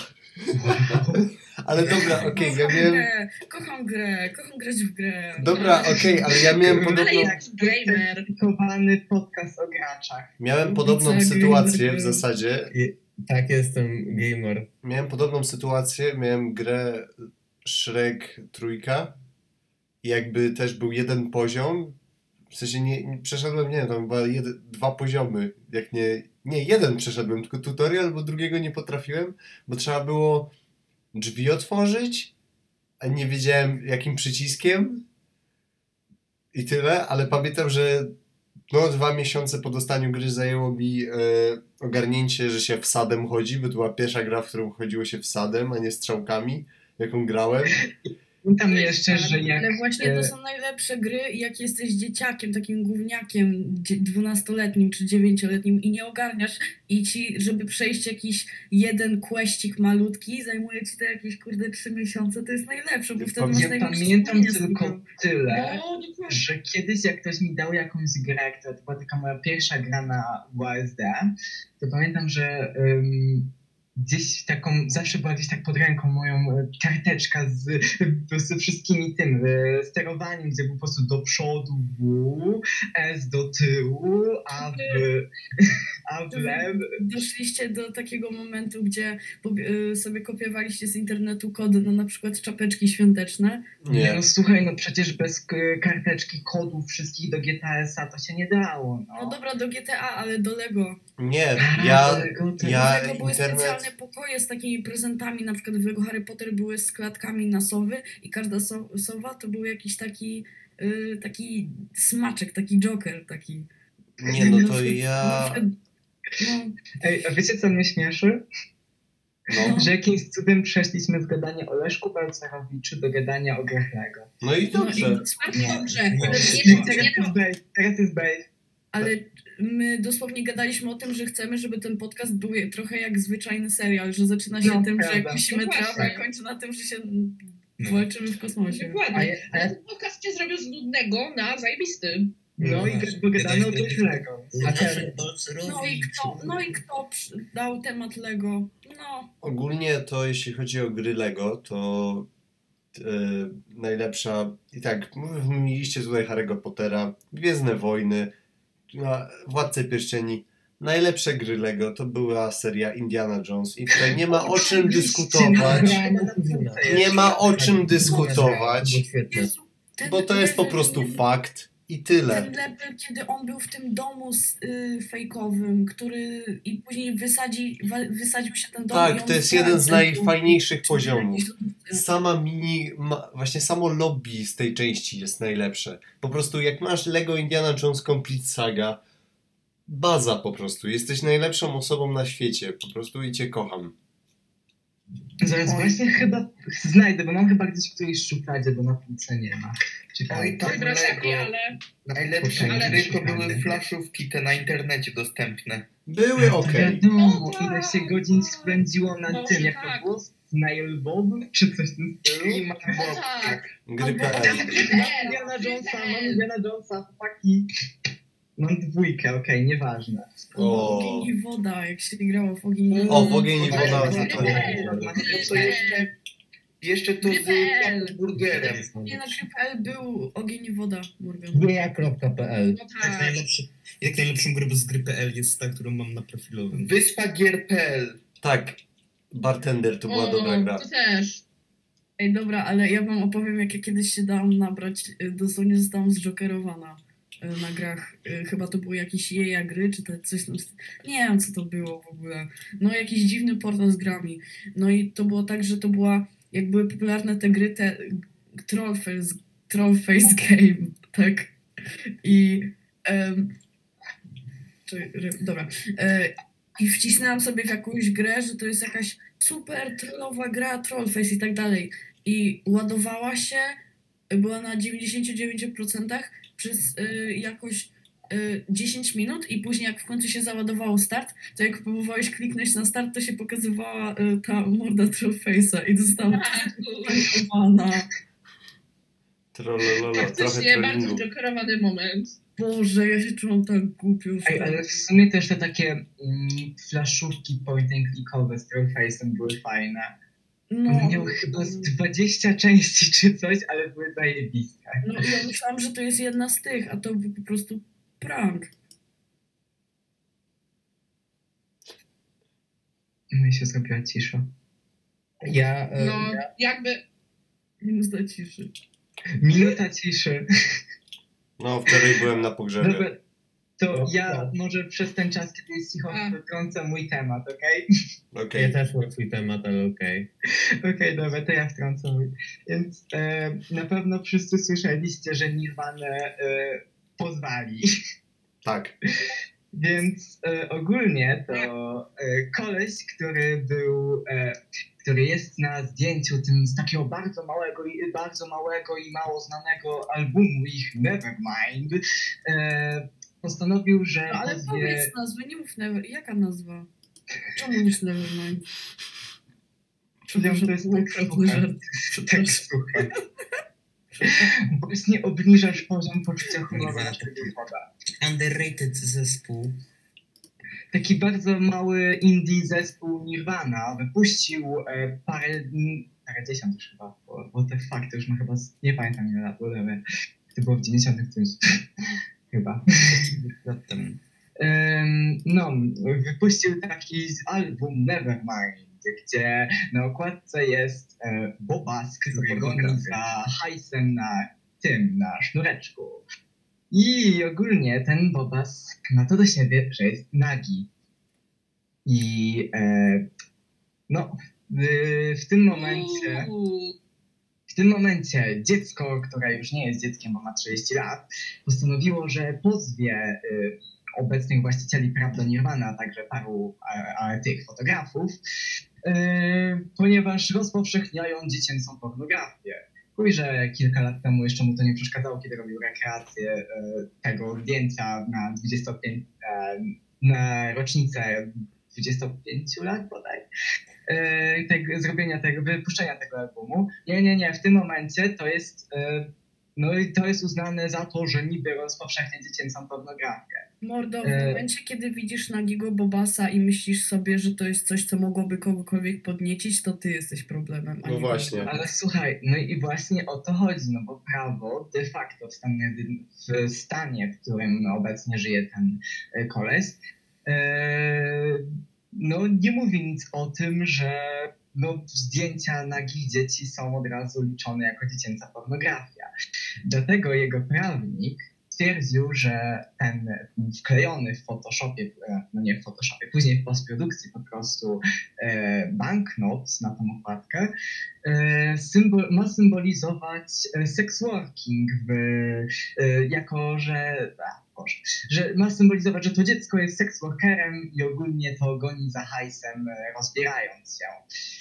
Ale dobra, okej, ja Kocham miałem... grę, kocham grę, kocham grać w grę. Dobra, okej, ale ja miałem Ale podobną... jest gamer. Certyfikowany podcast o graczach. Miałem podobną Widzę, sytuację gamer. w zasadzie. Tak, jestem gamer. Miałem podobną sytuację, miałem grę Shrek Trójka i jakby też był jeden poziom, w sensie nie, nie przeszedłem, nie wiem, tam chyba jed, dwa poziomy, jak nie, nie, jeden przeszedłem, tylko tutorial, bo drugiego nie potrafiłem, bo trzeba było drzwi otworzyć, a nie wiedziałem jakim przyciskiem i tyle, ale pamiętam, że no dwa miesiące po dostaniu gry zajęło mi e, ogarnięcie, że się wsadem chodzi, bo to była pierwsza gra, w którą chodziło się wsadem, a nie strzałkami, jaką grałem. Pamiętam jeszcze, że jak... Ale właśnie to są najlepsze gry, jak jesteś dzieciakiem, takim gówniakiem dzie- dwunastoletnim czy dziewięcioletnim i nie ogarniasz i ci, żeby przejść jakiś jeden questik malutki, zajmuje ci to jakieś kurde trzy miesiące, to jest najlepsze, bo wtedy masz Ja najlepsze pamiętam wspomnienia z tylko tego. tyle, No, dokładnie. że kiedyś jak ktoś mi dał jakąś grę, która to była taka moja pierwsza gra na U A S D, to pamiętam, że um, gdzieś taką, zawsze była gdzieś tak pod ręką moją e, karteczka z po prostu wszystkimi tym e, sterowaniem, gdzie był po prostu do przodu W, S do tyłu, A w, a w lewo. Doszliście do takiego momentu, gdzie pobie- y, sobie kopiowaliście z internetu kody na na przykład czapeczki świąteczne. Nie, Nie. no słuchaj, no przecież bez k- karteczki kodów wszystkich do G T A S a to się nie dało. No, No dobra, do G T A, ale do Lego. Nie, A, ja, Lego to- ja Do Lego były internet... specjalne pokoje z takimi prezentami, na przykład w Lego Harry Potter były z klatkami na sowy i każda so- sowa to był jakiś taki y, taki smaczek, taki joker, taki. Nie, no Na to przykład- ja... na przykład, no, Ej, a wiecie co mnie śmieszy? No, Że jakimś cudem przeszliśmy z gadania o Leszku Balcerowiczu do gadania o grach Lego. no i no dobrze. i, Bardzo dobrze. No. Ale I nie to, teraz nie jest to. bait, teraz jest bait. ale my dosłownie gadaliśmy o tym, że chcemy, żeby ten podcast był trochę jak zwyczajny serial, że zaczyna się No, tym, że prawda. jak kusimy No trawę, właśnie. a kończy na tym, że się No. walczymy w kosmosie. Dokładnie. A ja- Ale ten podcast cię zrobił z nudnego na zajebisty. No i pogadamy o grach Lego. A teraz- No i kto, no i kto przy- dał temat Lego? No, Ogólnie to jeśli chodzi o gry Lego, to e, najlepsza, i tak, wymieniliście tutaj Harry'ego Pottera, Gwiezdne Wojny, no, Władcę Pierścieni. Najlepsze gry Lego to była seria Indiana Jones i tutaj nie ma o czym dyskutować. Nie ma o czym dyskutować, Było świetne. Jezu, ten bo to jest po level, prostu kiedy- fakt i Ten tyle. level, kiedy on był w tym domu z, y, fejkowym, który i później wysadzi, wa, wysadził się ten dom. i Tak, on to jest wpadł jeden z w- najfajniejszych czy- poziomów. czy- Sama mini, ma, właśnie samo lobby z tej części jest najlepsze. Po prostu jak masz Lego Indiana Jones Complete Saga, baza po prostu. Jesteś najlepszą osobą na świecie. Po prostu i cię kocham. Zaraz właśnie chyba znajdę, bo mam chyba gdzieś w którejś szufladzie, bo na półce nie ma. Czekaj. Oj, tam Oj, drożeki, Lego. ale Najlepsze Ale- gry to były flaszówki te na internecie dostępne. Były ok. Wiadomo, No tak. ile się godzin spędziło na No tym, jak tak. to było? Snail Bob? Czy coś w tym stylu? I mam No tak. tak. Gry.pl. Mam Indiana Jonesa, mam Indiana Jonesa, chłopaki. Mam dwójkę, okej, nieważne. O. Ogień i woda, jak się grało w ogień i woda. O, w ogień i woda. Ale- to- No to jeszcze, jeszcze to z Gry.pl. burgerem. Nie, na Gry.pl był ogień i woda, Morgan. Gryja kropka pe el. No Jak, tak. najlepszy, jak najlepszą grę z gry.pl jest ta, którą mam na profilowym. Wyspa gier.pl. Tak, Bartender to była dobra gra. To też. Ej, dobra, ale ja wam opowiem, jak ja kiedyś się dałam nabrać, y, dosłownie zostałam zjokerowana y, na grach. Y, Chyba to były jakieś jeja gry, czy to coś tam. Nie wiem, co to było w ogóle. No, jakiś dziwny portal z grami. No i to było tak, że to była, jak były popularne te gry, te Trollface, Trollface Game, tak? I em, czy, ry- dobra. E, I wcisnęłam sobie w jakąś grę, że to jest jakaś super trollowa gra, Trollface i tak dalej. I ładowała się, była na dziewięćdziesiąt dziewięć procent przez y, jakoś y, dziesięć minut i później jak w końcu się załadowało start, to jak próbowałeś kliknąć na start, to się pokazywała y, ta morda Trollface'a i dostałam zjokerowana. Trollololo, trochę Faktycznie bardzo trollingu. zjokerowany moment. Boże, ja się czułam tak głupio. już Ej, tam. ale w sumie też te takie mm, flaszówki point and clickowe z Trollface'em były fajne. No, On miał chyba z dwadzieścia części czy coś, ale były zajebiste. no ja myślałam, że to jest jedna z tych, a to był po prostu prank. No i się zrobiła cisza. Ja, e, No, ja jakby... Minuta ciszy. Minuta ciszy. No, wczoraj byłem na pogrzebie. Dobra, to No, ja no. może przez ten czas, kiedy jest cicho, A. wtrącę mój temat, okej? Okej. ja też mam swój temat, ale okej. Okej, dobra, to ja wtrącę mój. Więc e, na pewno wszyscy słyszeliście, że Nirvanę e, pozwali. Tak. Więc e, ogólnie to e, koleś, który był, e, który jest na zdjęciu tym z takiego bardzo małego i bardzo małego i mało znanego albumu ich Nevermind, e, postanowił, że No ale pozwie... powiedz nazwę, nie mów never. Jaka nazwa? Czemu mówisz Nevermind? Przepraszam, to jest tak okropny suche. żart. Tak suche. Właśnie obniżasz poziom poczucia humoru naszego poda. Underrated zespół. Taki bardzo mały indie zespół Nirvana wypuścił e, parę, mm, parę dziesiąt już chyba, bo, bo te fakty już ma chyba, z- nie pamiętam ile lat, whatever. To było w dziewięćdziesiątych którymś, chyba. Lat temu. Em, no, wypuścił taki album Nevermind, gdzie na okładce jest e, Bobask, który goni za hajsem na tym, na sznureczku. I ogólnie ten Bobask ma to do siebie, że jest nagi. I e, no, w, w tym momencie... Uuu. W tym momencie dziecko, które już nie jest dzieckiem, bo ma trzydzieści lat, postanowiło, że pozwie y, obecnych właścicieli praw do Nirvana, a także paru a, a, tych fotografów, y, ponieważ rozpowszechniają dziecięcą pornografię. Chuj, że kilka lat temu jeszcze mu to nie przeszkadzało, kiedy robił rekreację y, tego zdjęcia na dwudziestopięć, y, na rocznicę dwudziestu pięciu lat bodaj. E, tego, zrobienia tego, wypuszczenia tego albumu. Nie, nie, nie, w tym momencie to jest e, no i to jest uznane za to, że niby rozpowszechnia dziecięcą pornografię. Mordo, w E. momencie, kiedy widzisz nagiego Bobasa i myślisz sobie, że to jest coś, co mogłoby kogokolwiek podniecić, to ty jesteś problemem. a No nie właśnie. Bobas. Ale słuchaj, no i właśnie o to chodzi, no bo prawo de facto w stanie, w stanie, w którym obecnie żyje ten e, koleś, e, no nie mówi nic o tym, że no, zdjęcia nagich dzieci są od razu liczone jako dziecięca pornografia. Dlatego jego prawnik stwierdził, że ten wklejony w Photoshopie, e, no nie w Photoshopie, później w postprodukcji po prostu e, banknot na tą okładkę e, symbol, ma symbolizować e, sex working w, e, jako, że a, Boże, że ma symbolizować, że to dziecko jest sex workerem i ogólnie to goni za hajsem, e, rozbierając się.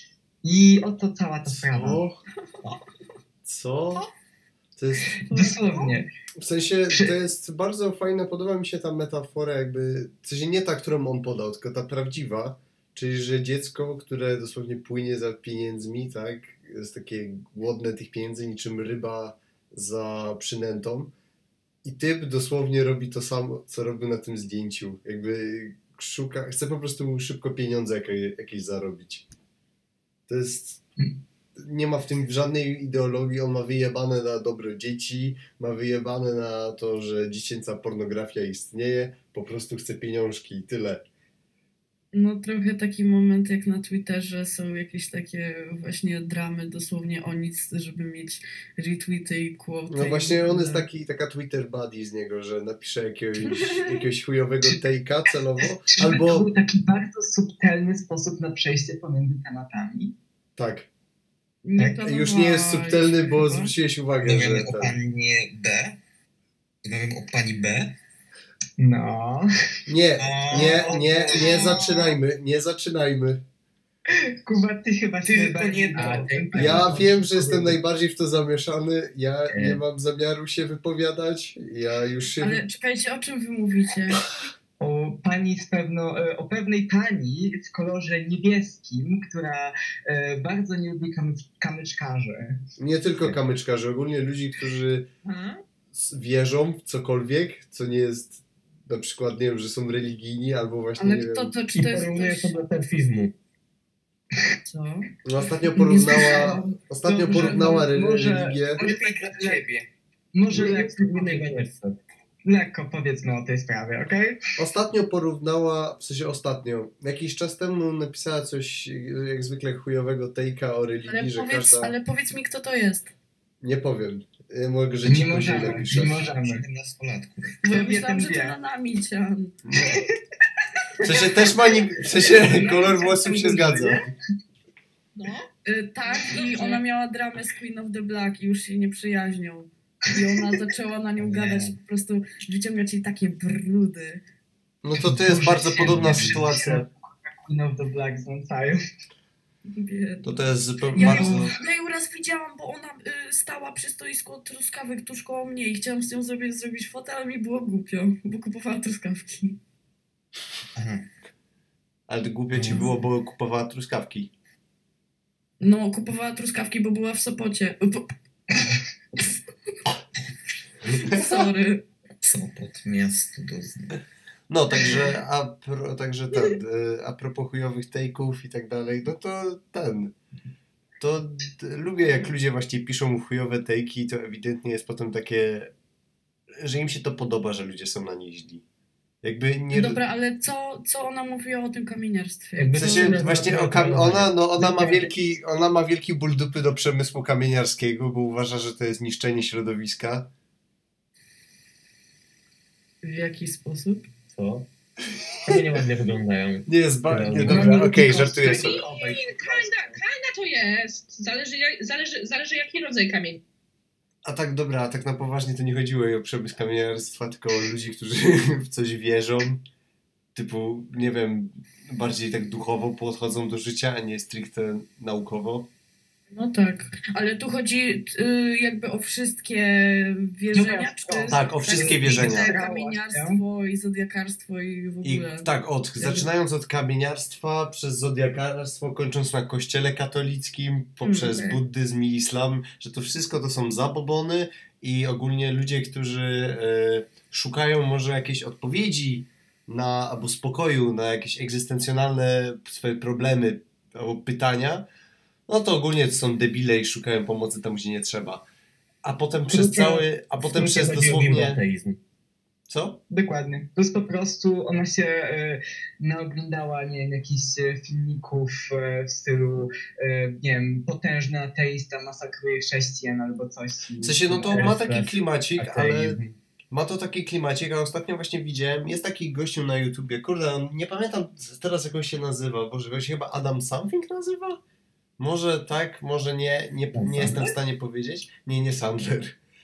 I oto cała ta sprawa. Co? Co? To jest... Dosłownie. W sensie, to jest bardzo fajne, podoba mi się ta metafora jakby, w sensie nie ta, którą on podał, tylko ta prawdziwa, czyli że dziecko, które dosłownie płynie za pieniędzmi, tak, jest takie głodne tych pieniędzy niczym ryba za przynętą i typ dosłownie robi to samo, co robił na tym zdjęciu, jakby szuka, chce po prostu szybko pieniądze jakieś, jakieś zarobić. To jest... Nie ma w tym żadnej ideologii, on ma wyjebane na dobro dzieci, ma wyjebane na to, że dziecięca pornografia istnieje, po prostu chce pieniążki i tyle. No trochę taki moment jak na Twitterze są jakieś takie właśnie dramy dosłownie o nic, żeby mieć retweety i quote. No właśnie on jest taki, taka Twitter buddy z niego, że napisze jakiegoś, jakiegoś chujowego take'a celowo, Czy to albo... był taki bardzo subtelny sposób na przejście pomiędzy tematami? Tak, Nie już nie jest subtelny, bo chyba. zwróciłeś uwagę, że Rozmawiamy o ten... panie B. Rozmawiamy o pani B. No. Nie, nie, nie, nie zaczynajmy, nie zaczynajmy. Kuba, ty chyba się Tylko najbardziej nie na to. ten Ja temat wiem, że jestem powiedzieć. najbardziej w to zamieszany, ja Nie. nie mam zamiaru się wypowiadać, ja już się... Ale czekajcie, o czym wy mówicie? O pani z pewno, e, o pewnej pani w kolorze niebieskim, która e, bardzo nie lubi kamycz, kamyczkarzy. Nie tylko kamyczkarzy, ogólnie ludzi, którzy s- wierzą w cokolwiek, co nie jest na przykład, nie wiem, że są religijni albo właśnie, Ale nie kto wiem... to, czy I to jest porównuje ktoś... to do perfizmu. Co? No, ostatnio porównała, ostatnio Dobrze, porównała re- może- religię. Lepiej dla ciebie. Może Nie lekko, jest innej banieczce. lekko powiedzmy o tej sprawie, okej? Ostatnio porównała, w sensie ostatnio, jakiś czas temu napisała coś jak zwykle chujowego take'a o religii, Ale że powiedz, każda... ale powiedz mi, kto to jest. Nie powiem. Ja mogę, że ci Nie później możemy, napiszę. nie możemy. siedemnastolatków. Bo ja Kto wie, myślałam, ten że to wie. na nami, Cian. W sensie też ma nim, w sensie kolor włosów się zgadza. No. Y, tak, i ona miała dramę z Queen of the Black i już się nie przyjaźnią. I ona zaczęła na nią Nie. gadać i po prostu wyciągać jej takie brudy. No to to jest Boże bardzo święty, podobna wszyscy sytuacja. Queen of the Black znęcają. Biedna. To to jest zupełnie Ja bardzo... ją, ja ją raz widziałam, bo ona y, stała przy stoisku od truskawek tuż koło mnie i chciałam z nią sobie zrobić fotę, ale mi było głupio, bo kupowała truskawki. Aha. Ale głupio ci było, bo kupowała truskawki. No, kupowała truskawki, bo była w Sopocie. Bo... Sorry. Sopot, miasto do Zna. No, także a, pro, także ten, y, a propos chujowych take'ów i tak dalej, no to ten, to d- lubię jak ludzie właśnie piszą chujowe take'i, to ewidentnie jest potem takie, że im się to podoba, że ludzie są na nie źli. Jakby nie... Dobra, ale co, co ona mówiła o tym kamieniarstwie? Jakby W Co- sensie właśnie o kam- ona, no, ona, ma wielki, ona ma wielki ból dupy do przemysłu kamieniarskiego, bo uważa, że to jest niszczenie środowiska. W jaki sposób? Co? One nieładnie wyglądają. Nie jest ba- nie, No, dobra, nie okej, lubi żartuję kostki. sobie. Kinda, kinda to jest. Zależy, jak- zależy, zależy jaki rodzaj kamień. A tak dobra, a tak na poważnie to nie chodziło jej o przemysł kamieniarstwa, tylko o ludzi, którzy w coś wierzą. Typu, nie wiem, bardziej tak duchowo podchodzą do życia, a nie stricte naukowo. No tak, ale tu chodzi y, jakby o wszystkie wierzenia, czy... Tak, o wszystkie wierzenia. Kamieniarstwo i zodiakarstwo i w I ogóle. tak, od, zaczynając od kamieniarstwa, przez zodiakarstwo, kończąc na kościele katolickim, poprzez Mm, buddyzm i islam, że to wszystko to są zabobony i ogólnie ludzie, którzy e, szukają może jakiejś odpowiedzi na, albo spokoju na jakieś egzystencjonalne swoje problemy albo pytania, no to ogólnie to są debile i szukają pomocy tam, gdzie nie trzeba. A potem przez Skrócie- cały, a potem W skrócie przez chodzi o dosłownie... bimboteizm. Co? Dokładnie. To jest po prostu, ona się e, naoglądała, nie wiem, jakichś e, filmików e, w stylu, e, nie wiem, potężny ateista masakruje chrześcijan albo coś. W sensie, no to ma taki klimacik, ale Ateizm. ma to taki klimacik, a ostatnio właśnie widziałem, jest taki gościu na YouTubie, kurde, on, nie pamiętam teraz jak on się nazywa, boże, on się chyba Adam Something nazywa? Może tak, może nie, nie, nie jestem w stanie powiedzieć. Nie, nie Sandler.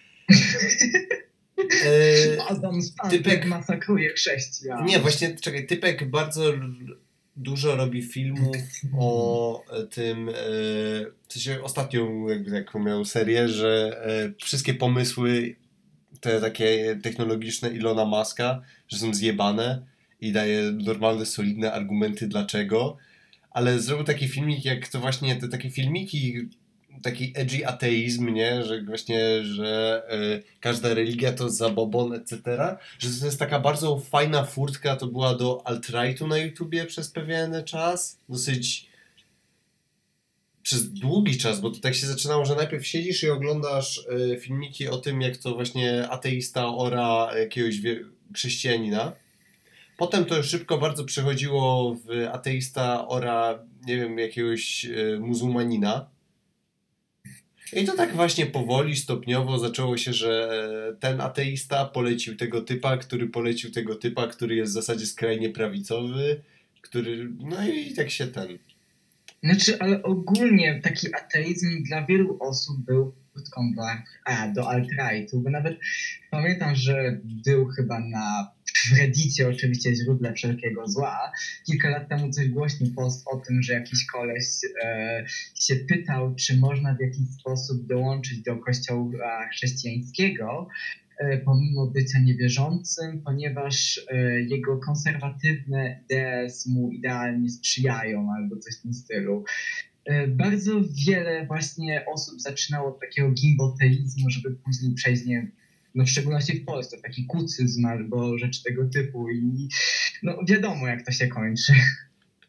e, Adam Sandler typek- masakruje chrześcijan. nie, właśnie, czekaj, typek bardzo r- dużo robi filmów o e, tym, e, w sensie ostatnią jakby taką miał serię, że e, wszystkie pomysły te takie technologiczne Ilona Muska, że są zjebane i daje normalne, solidne argumenty dlaczego, ale zrobił taki filmik, jak to właśnie te takie filmiki, taki edgy ateizm, nie, że właśnie, że e, każda religia to zabobon, et cetera, że to jest taka bardzo fajna furtka, to była do alt-rightu na YouTubie przez pewien czas, dosyć przez długi czas, bo to tak się zaczynało, że najpierw siedzisz i oglądasz e, filmiki o tym, jak to właśnie ateista ora jakiegoś wie- chrześcijanina. Potem to już szybko bardzo przechodziło w ateista ora, nie wiem, jakiegoś e, muzułmanina. I to tak właśnie powoli, stopniowo zaczęło się, że e, ten ateista polecił tego typa, który polecił tego typa, który jest w zasadzie skrajnie prawicowy, który, no i tak się ten... Znaczy, ale ogólnie taki ateizm dla wielu osób był furtką do, a, do alt-rightu, bo nawet pamiętam, że był chyba na w Reddicie oczywiście źródle wszelkiego zła. Kilka lat temu coś głośny post o tym, że jakiś koleś e, się pytał, czy można w jakiś sposób dołączyć do kościoła chrześcijańskiego, e, pomimo bycia niewierzącym, ponieważ e, jego konserwatywne idee mu idealnie sprzyjają, albo coś w tym stylu. E, bardzo wiele właśnie osób zaczynało od takiego gimboteizmu, żeby później przejść, nie wiem, no w szczególności w Polsce, taki kucyzm albo rzeczy tego typu i no wiadomo jak to się kończy.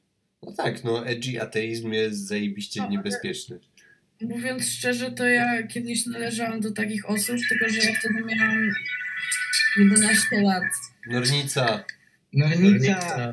No tak, no edgy ateizm jest zajebiście No, ale- niebezpieczny. Mówiąc szczerze, to ja kiedyś należałam do takich osób, tylko że ja wtedy miałam jedenaście lat. Nornica, Nornica.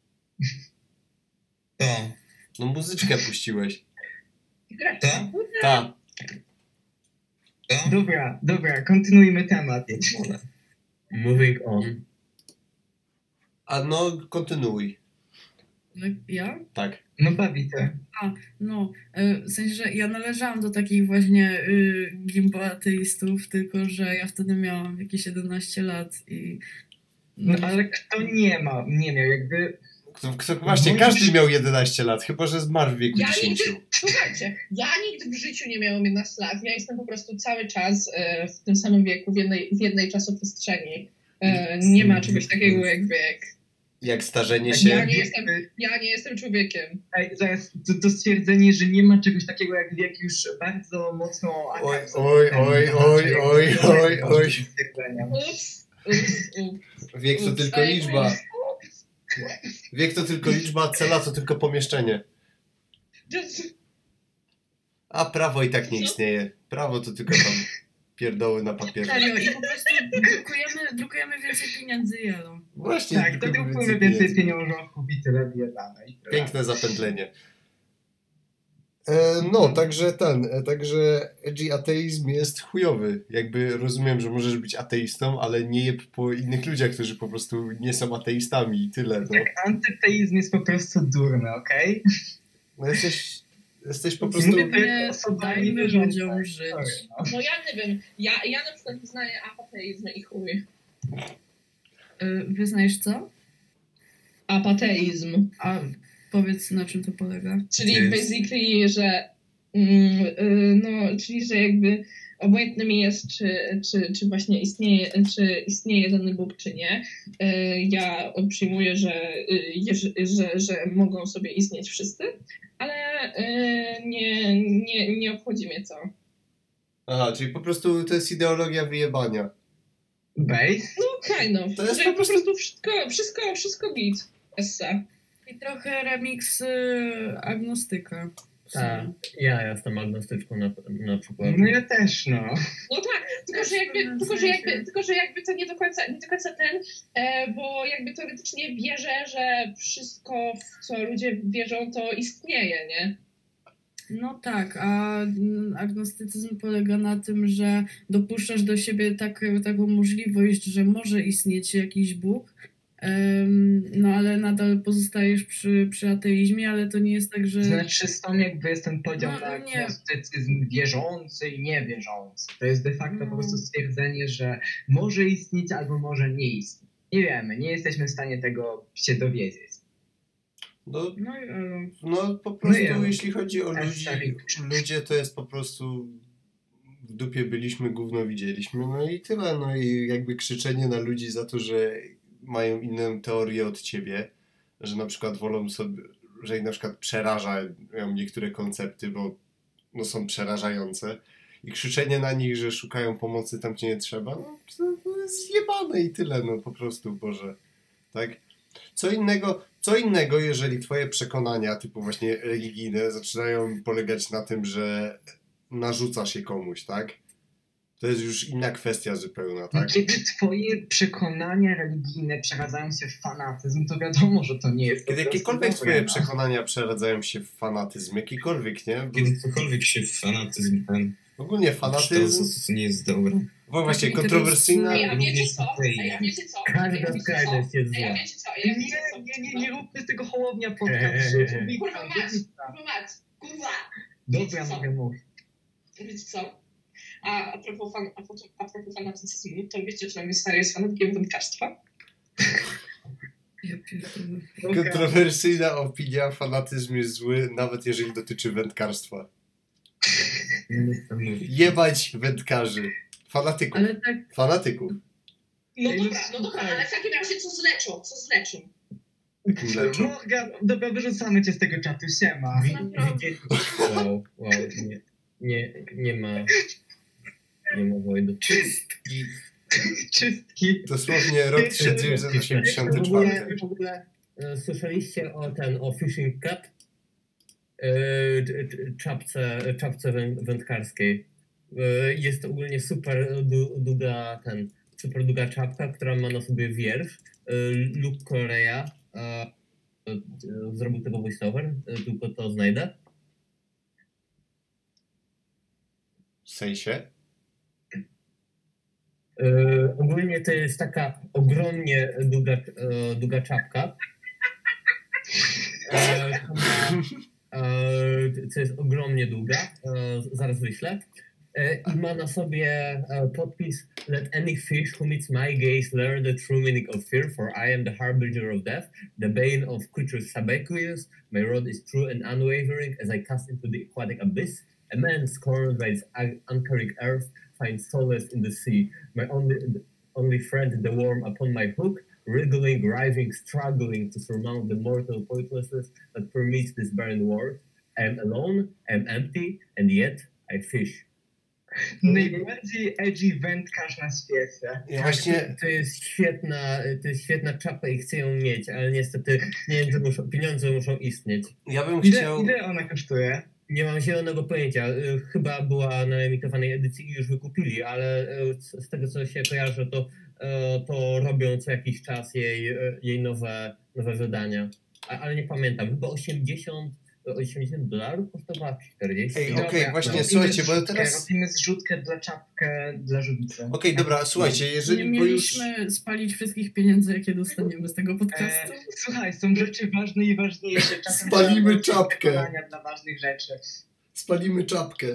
To. no muzyczkę puściłeś. To? Ta. To? Dobra, dobra, kontynuujmy temat. Wolę. Moving on. A no, kontynuuj. Tak, ja? Tak. No bawite. No, e, w sensie, że ja należałam do takich właśnie y, gimbo ateistów, tylko że ja wtedy miałam jakieś jedenaście lat i... No ale kto nie ma, nie miał jakby... Kto, kto, właśnie, Mój- każdy miał jedenaście lat, chyba że zmarł w wieku Ja dziesięć. nigdy, słuchajcie, ja nigdy w życiu nie miałam jedenastu lat. Ja jestem po prostu cały czas e, w tym samym wieku, w jednej, w jednej czasoprzestrzeni. E, nie ma czegoś takiego jak wiek. Jak starzenie Tak, się... Ja nie jestem, ja nie jestem człowiekiem. Ej, zaraz, to, to stwierdzenie, że nie ma czegoś takiego jak wiek już bardzo mocno... Oj, oj, oj, oj, oj, oj, oj. Ups, ups, ups. Wiek to Ups, tylko ej, liczba. ups. Wiek to tylko liczba, a cela to tylko pomieszczenie. A prawo i tak nie istnieje. Prawo to tylko tam pierdoły na papierze. Serio, i po prostu drukujemy, drukujemy więcej pieniędzy, jelo. Właśnie, Tak, to tylko kupujmy więcej pieniążków i tyle biedane. Piękne zapętlenie. E, no, także ten, e, także edgy ateizm jest chujowy. Jakby rozumiem, że możesz być ateistą, ale nie jeb po innych ludziach, którzy po prostu nie są ateistami i tyle. No, Tak, antyteizm jest po prostu durny, okej? no jesteś, jesteś po prostu... Mówię to Nie jako osoba dajmy niewierząca. ludziom żyć. Sorry, no. No ja nie wiem, ja, ja na przykład wyznaję apateizm i chuj. Y, wyznajesz co? Apateizm. A powiedz, na czym to polega? Czyli Jest. basically, że mm, y, no, czyli że jakby obojętne mi jest, czy, czy, czy właśnie istnieje, czy istnieje dany Bóg, czy nie. Y, ja przyjmuję, że, y, jeż- że, że mogą sobie istnieć wszyscy, ale y, nie, nie, nie obchodzi mnie co. Aha, czyli po prostu to jest ideologia wyjebania. Base? No kind of. To jest że po po prostu- prostu wszystko, wszystko, wszystko git. Essa. I trochę remix y, agnostyka. Tak, ja jestem agnostyczką na, na przykład. No ja też, no. No tak, tylko Też że, w jakby, pewnym tylko, że sensie. jakby, tylko że jakby to nie do końca, nie do końca ten, e, bo jakby teoretycznie wierzę, że wszystko, w co ludzie wierzą, to istnieje, nie? No tak, a mm, agnostycyzm polega na tym, że dopuszczasz do siebie tak, taką możliwość, że może istnieć jakiś Bóg, em, no ale nadal pozostajesz przy, przy ateizmie, ale to nie jest tak, że... Znaczy stąd jakby jest ten podział No, na nie. agnostycyzm wierzący i niewierzący. To jest de facto No. po prostu stwierdzenie, że może istnieć albo może nie istnieć. Nie wiemy, nie jesteśmy w stanie tego się dowiedzieć. No, No i elo. no po prostu ja- jeśli chodzi o ja ludzi, stawiam. ludzie to jest po prostu w dupie byliśmy, gówno widzieliśmy, no i tyle, no i jakby krzyczenie na ludzi za to, że mają inną teorię od ciebie, że na przykład wolą sobie, że ich na przykład przerażają niektóre koncepty, bo no, są przerażające i krzyczenie na nich, że szukają pomocy tam, gdzie nie trzeba, no to, to jest zjebane i tyle, no po prostu, Boże, tak? Co innego, co innego, jeżeli twoje przekonania, typu właśnie religijne, zaczynają polegać na tym, że narzucasz je komuś, tak? To jest już inna kwestia zupełna, tak? Kiedy twoje przekonania religijne przeradzają się w fanatyzm, to wiadomo, że to nie jest po Kiedy prostu jakiekolwiek dobre, twoje no. przekonania przeradzają się w fanatyzm, jakikolwiek, nie? Bo Kiedy cokolwiek się w fanatyzm ten ogólnie fanatyzm, to nie jest dobre. bo właśnie Taki kontrowersyjna... Ej, a wiecie również co? tutaj. Ej, a wiecie co? Każda Ej, a wiecie co? skrajność jest Ej, a zła. wiecie co? Ej, a Nie, wiecie co? nie, nie, nie róbmy z tego Hołownia Eee. podcast. Kurwa mać, kurwa mać, kurwa! Dobra, Wiecie co? mogę mówić. Wiecie co? A, a, propos fan, a, propos, a propos fanatycyzmu, to wiecie, że mój stary jest fanatkiem wędkarstwa? Ja pierdolę. Kontrowersyjna opinia, fanatyzm jest zły, nawet jeżeli dotyczy wędkarstwa. Jebać wędkarzy. Fanatyków. Ale tak, Fanatyków. No Ej, dobra, no no dobra, słuchaj. ale w takim razie co z leczą? Co z leczą? Leczą. Morgan, dobra, wyrzucamy cię z tego czatu, siema. Wow, wow, nie, nie, nie ma, nie ma Wojdu. Czystki. Czystki. Dosłownie rok tysiąc dziewięćset osiemdziesiąty W ogóle, czwarty. w ogóle e, słyszeliście o ten, o Fishing Cat? E, c- c- czapce, czapce wę- wędkarskiej. E, Jest to ogólnie super du, długa, ten, super długa czapka, która ma na sobie wiersz. E, Luke Korea e, e, zrobił tego voiceover, e, tylko to znajdę. W sensie? E, ogólnie to jest taka ogromnie długa, e, długa czapka. E, to ma, e, co jest ogromnie długa, e, zaraz wyślę. E, I ma na sobie e, podpis Let any fish who meets my gaze learn the true meaning of fear, for I am the harbinger of death, the bane of creatures subaqueous. My rod is true and unwavering as I cast into the aquatic abyss. A man scorned by its un- uncaring earth finds solace in the sea. My only only friend, the worm upon my hook, wriggling, writhing, struggling to surmount the mortal pointlessness that permeates this barren world. I am alone, I am empty, and yet I fish. Najbardziej edgy wędkarz na świecie. Ja właśnie... To jest świetna, to jest świetna czapa i chcę ją mieć, ale niestety pieniądze muszą, pieniądze muszą istnieć. Ja bym Ile, chciał... ile ona kosztuje? Nie mam zielonego pojęcia. Y, Chyba była na emitowanej edycji i już wykupili, ale y, z z tego co się kojarzy, to, y, to robią co jakiś czas jej, y, jej nowe, nowe wydania. A, ale nie pamiętam, chyba osiemdziesiąt, osiemdziesiąt dolarów kosztowała czterdzieści. Ej, Dobra, okej, właśnie, robimy słuchajcie, bo zrzutkę, teraz... Robimy zrzutkę dla czapkę dla żubicy. Okej, dobra, słuchajcie, Nie jeżeli... Bo już... mieliśmy spalić wszystkich pieniędzy, jakie dostaniemy z tego podcastu. E, słuchaj, są rzeczy ważne i ważniejsze. Czasem Spalimy trzeba czapkę. wykonania dla ważnych rzeczy. Spalimy czapkę.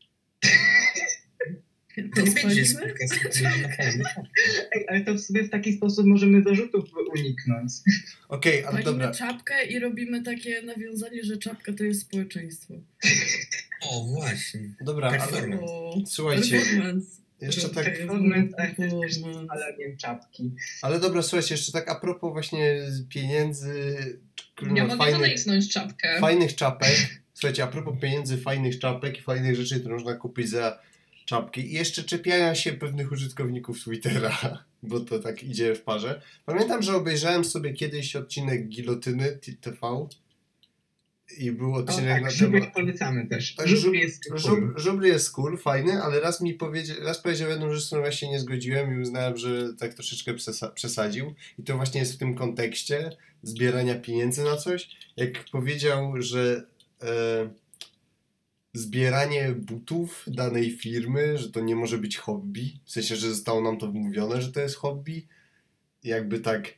To nie spalimy? będzie spółka z Ej, ale to w sobie w taki sposób możemy zarzutów uniknąć. Okej, ale Palimy dobra. czapkę i robimy takie nawiązanie, że czapka to jest społeczeństwo. O, właśnie. Dobra, ale Performance. O, słuchajcie, performance. jeszcze tak... Performance artystyczny z Performance. paleniem czapki. Ale dobra, słuchajcie, jeszcze tak a propos właśnie pieniędzy, kurwa, Ja mogę fajnych, zanejsnąć czapkę. fajnych czapek. Słuchajcie, a propos pieniędzy, fajnych czapek i fajnych rzeczy, które można kupić za czapki. I jeszcze czepiania się pewnych użytkowników Twittera, bo to tak idzie w parze. Pamiętam, że obejrzałem sobie kiedyś odcinek Gilotyny T V i był O odcinek tak, na żubry temat... polecamy też. Tak, Żubr żub- jest cool. Żubr, żubr jest cool, fajny, ale raz mi powiedział, raz powiedział jedną rzecz, z którą ja się nie zgodziłem i uznałem, że tak troszeczkę przesa- przesadził. I to właśnie jest w tym kontekście zbierania pieniędzy na coś. Jak powiedział, że e, zbieranie butów danej firmy, że to nie może być hobby. W sensie, że zostało nam to wmówione, że to jest hobby. Jakby tak...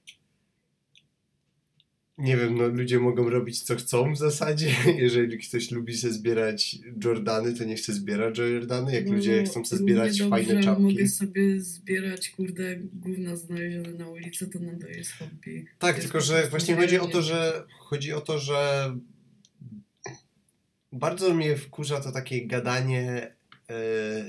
Nie wiem, no ludzie mogą robić co chcą w zasadzie. Jeżeli ktoś lubi sobie zbierać Jordany, to niech chce zbierać Jordany. Jak No, ludzie chcą sobie zbierać równie fajne dobrze czapki. mogę sobie zbierać, kurde, gówna znalezione na ulicy, to nadal jest hobby. Tak, To jest tylko po że prostu właśnie chodzi o to, zbieranie. że chodzi o to, że bardzo mnie wkurza to takie gadanie e,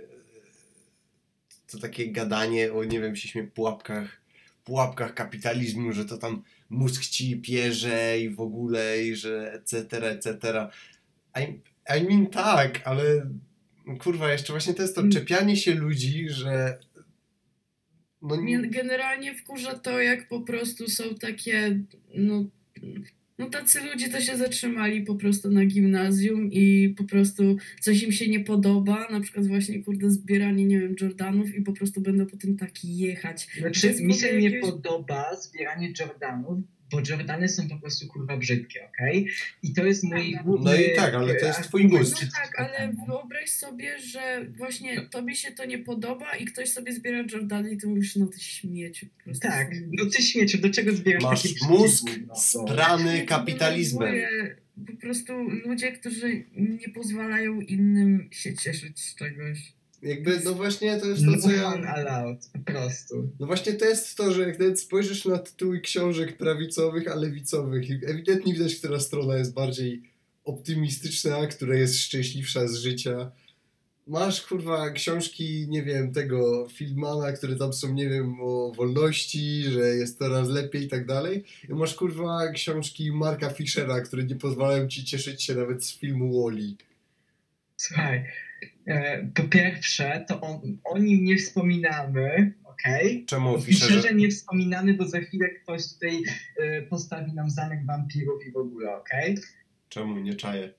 to takie gadanie o, nie wiem, się śmieję, pułapkach pułapkach kapitalizmu, że to tam mózg ci pierze i w ogóle i że et cetera, et cetera. I, I mean tak, ale kurwa, jeszcze właśnie to jest to czepianie się ludzi, że no Mnie nie... generalnie wkurza to, jak po prostu są takie, no, no tacy ludzie to się zatrzymali po prostu na gimnazjum i po prostu coś im się nie podoba, na przykład właśnie, kurde, zbieranie, nie wiem, Jordanów i po prostu będą po tym tak jechać. To Znaczy, jest mi w się ogóle nie jakieś- podoba zbieranie Jordanów, bo Jordany są po prostu kurwa brzydkie, okej? I to jest mój główny... No i tak, ale to jest twój argument mózg. No tak, ale temu. wyobraź sobie, że właśnie tobie się to nie podoba i ktoś sobie zbiera Jordany i ty mówisz, no ty śmieciu. Po prostu. Tak, no ty śmieciu, do czego zbierasz Masz takie mózg brzydkie gówno? sprany Mnie to kapitalizmem. denerwuje. Po prostu ludzie, którzy nie pozwalają innym się cieszyć z czegoś. Jakby, no właśnie to jest No to, co fun ja... allowed, po prostu. No właśnie to jest to, że jak nawet spojrzysz na tytuły książek prawicowych, a lewicowych, i ewidentnie widać, która strona jest bardziej optymistyczna, która jest szczęśliwsza z życia. Masz, kurwa, książki, nie wiem, tego Filmana, które tam są, nie wiem, o wolności, że jest coraz lepiej i tak dalej. I masz, kurwa, książki Marka Fischera, które nie pozwalają ci cieszyć się nawet z filmu Wall-E. Słuchaj, E, po pierwsze, to on, o nim nie wspominamy, okej? Czemu Okay? w Fisherze? Fisherze nie wspominamy, bo za chwilę ktoś tutaj e, postawi nam zamek wampirów i w ogóle, okej? Czemu nie czaję?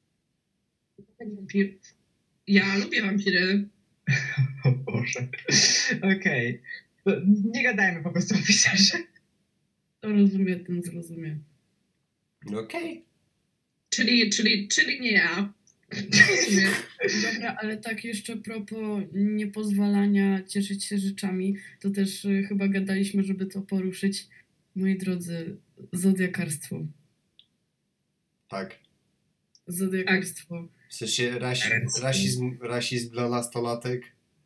Ja lubię wampiry. O Boże. Okej. To Nie gadajmy po prostu o Fisherze. To rozumie, ten zrozumie. Okej. Czyli, czyli, czyli nie ja. Rozumiem. Dobra, ale tak jeszcze propos niepozwalania cieszyć się rzeczami, to też y, chyba gadaliśmy, żeby to poruszyć. Moi drodzy, zodiakarstwo. Tak. Zodiakarstwo. W sensie rasi, rasizm, rasizm dla nastolatek.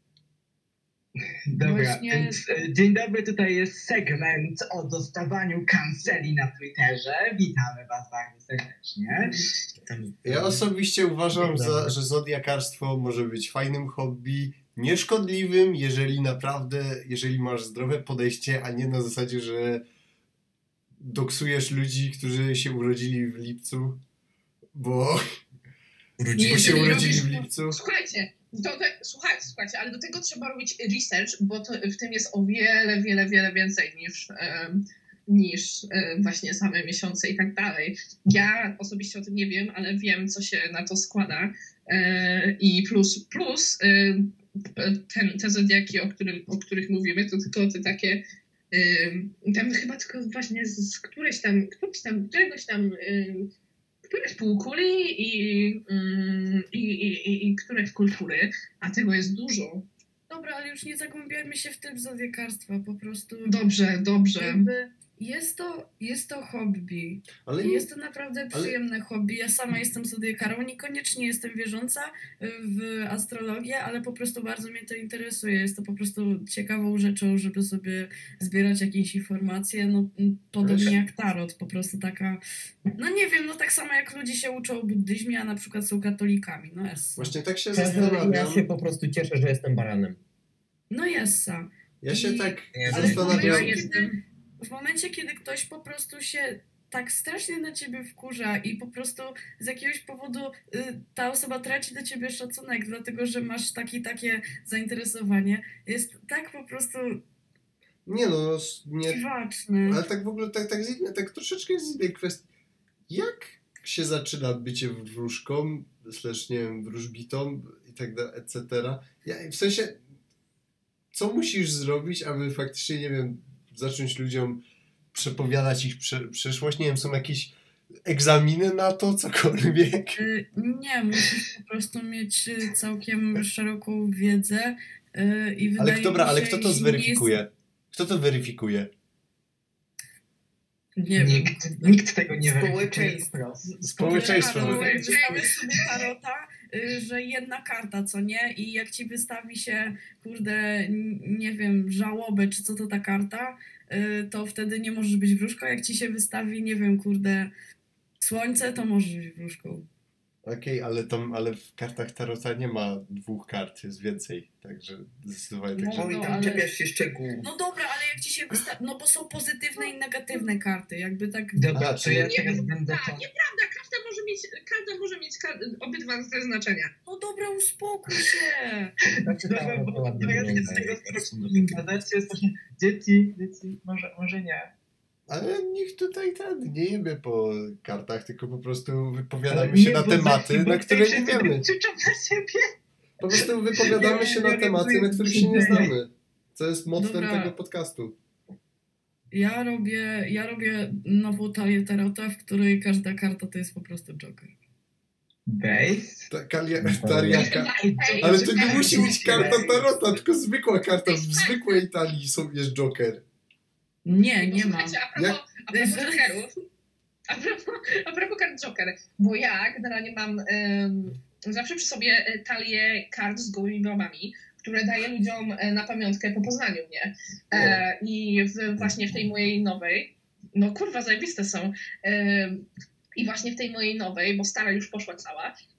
Dobra, Właśnie- więc e, dzień dobry, tutaj jest segment o dostawaniu canceli na Twitterze. Witamy was bardzo serdecznie. Tam, Ja osobiście uważam, za, że zodiakarstwo może być fajnym hobby, nieszkodliwym, jeżeli naprawdę, jeżeli masz zdrowe podejście, a nie na zasadzie, że doksujesz ludzi, którzy się urodzili w lipcu, bo, urodzili bo się Jeżeli urodzili w robisz- lipcu. Słuchajcie, to te, słuchajcie, słuchajcie, ale do tego trzeba robić research, bo to, w tym jest o wiele, wiele, wiele więcej niż, em, niż e, właśnie same miesiące i tak dalej. Ja osobiście o tym nie wiem, ale wiem, co się na to składa. E, I plus, plus e, ten, te zodiaki, o, którym, o których mówimy, to tylko te takie em, tam chyba tylko właśnie z, z którejś tam, którejś tam, któregoś tam em, któreś półkuli i, mm, i, i, i, i któreś kultury, a tego jest dużo. Dobra, ale już nie zagłębiajmy się w typ zodiakarstwa, po prostu Dobrze, dobrze. jakby jest to, jest to hobby. Ale I jest to naprawdę ale- przyjemne hobby. Ja sama jestem zodiakarą, niekoniecznie jestem wierząca w astrologię, ale po prostu bardzo mnie to interesuje. Jest to po prostu ciekawą rzeczą, żeby sobie zbierać jakieś informacje, no m, podobnie jak tarot, po prostu taka, no nie wiem, no tak samo jak ludzie się uczą o buddyzmie, a na przykład są katolikami, no jest. właśnie tak się Szczerze, zastanawiam. ja się po prostu cieszę, że jestem baranem. No jest. Ja się I- tak Nie, Ale w zastanawiam. Ja momencie, jestem. kiedy, w momencie, kiedy ktoś po prostu się tak strasznie na ciebie wkurza i po prostu z jakiegoś powodu y, ta osoba traci do ciebie szacunek, dlatego że masz takie takie zainteresowanie, jest tak po prostu Nie no, nie, dziwaczne. ale tak w ogóle, tak, tak, z innej, tak troszeczkę z innej kwestii. Jak się zaczyna bycie wróżką, slash, nie wiem, wróżbitą i tak dalej, et cetera. Ja, w sensie, co musisz zrobić, aby faktycznie, nie wiem, zacząć ludziom przepowiadać ich prze, przeszłość? Nie wiem, są jakieś egzaminy na to, cokolwiek? Y, Nie, musisz po prostu mieć y, całkiem szeroką wiedzę y, i wydaje Ale dobra, mi ale się, kto to jeśli nie jest- zweryfikuje? Kto to weryfikuje? Nie wiem. Nikt, nikt tego nie weryfikuje. Społeczeństwo. po prostu. Społeczeństwo. No, weryfikuje. jak wystawisz sobie tarota, y, że jedna karta, co nie? I jak ci wystawi się, kurde, n- nie wiem, żałobę, czy co to ta karta, y, to wtedy nie możesz być wróżką. Jak ci się wystawi, nie wiem, kurde, słońce, to możesz być wróżką. Okej, ale tam, ale w kartach tarota nie ma dwóch kart, jest więcej, także zdecydowanie tak, No, że... Oj, tam ale- czepiasz się szczegółów. No dobra, ale jak ci się wystawi, no bo są pozytywne i negatywne karty, jakby tak... Dobra, A, to czyli- ja Nie, teraz będę tak, to... nieprawda, każda może mieć, każda może mieć ka- obydwa te znaczenia. No dobra, uspokój się! Znaczy, Dobra, to bo ładnie to ja wygląda. z tego gadać jest właśnie dzieci, dzieci, może, może nie. Ale niech tutaj ten, nie jemy po kartach, tylko po prostu Ale wypowiadamy się nie, na bo za- tematy, bo na tutaj które nie wszyscy wiemy. krzyczą na siebie. Po prostu wypowiadamy Nie, się nie na tematy, na reaguję, których się nie nie. znamy. Co jest mottem Dobra. tego podcastu. Ja robię, ja robię nową talię tarota, w której każda karta to jest po prostu Joker. Base? Ta kalia, taliaka. Ej, Ale to nie czekaj, musi być karta Ej. tarota, tylko zwykła karta. W zwykłej talii są, jest Joker. Nie, nie ma. Słuchajcie, a propos, a propos Jokerów, a propos, a propos kart Joker, bo ja generalnie mam em, zawsze przy sobie e, talię kart z gołymi bramami, które daję ludziom e, na pamiątkę po poznaniu mnie. E, I w, właśnie w tej mojej nowej, no kurwa, zajebiste są. Em, I właśnie w tej mojej nowej, bo stara już poszła cała,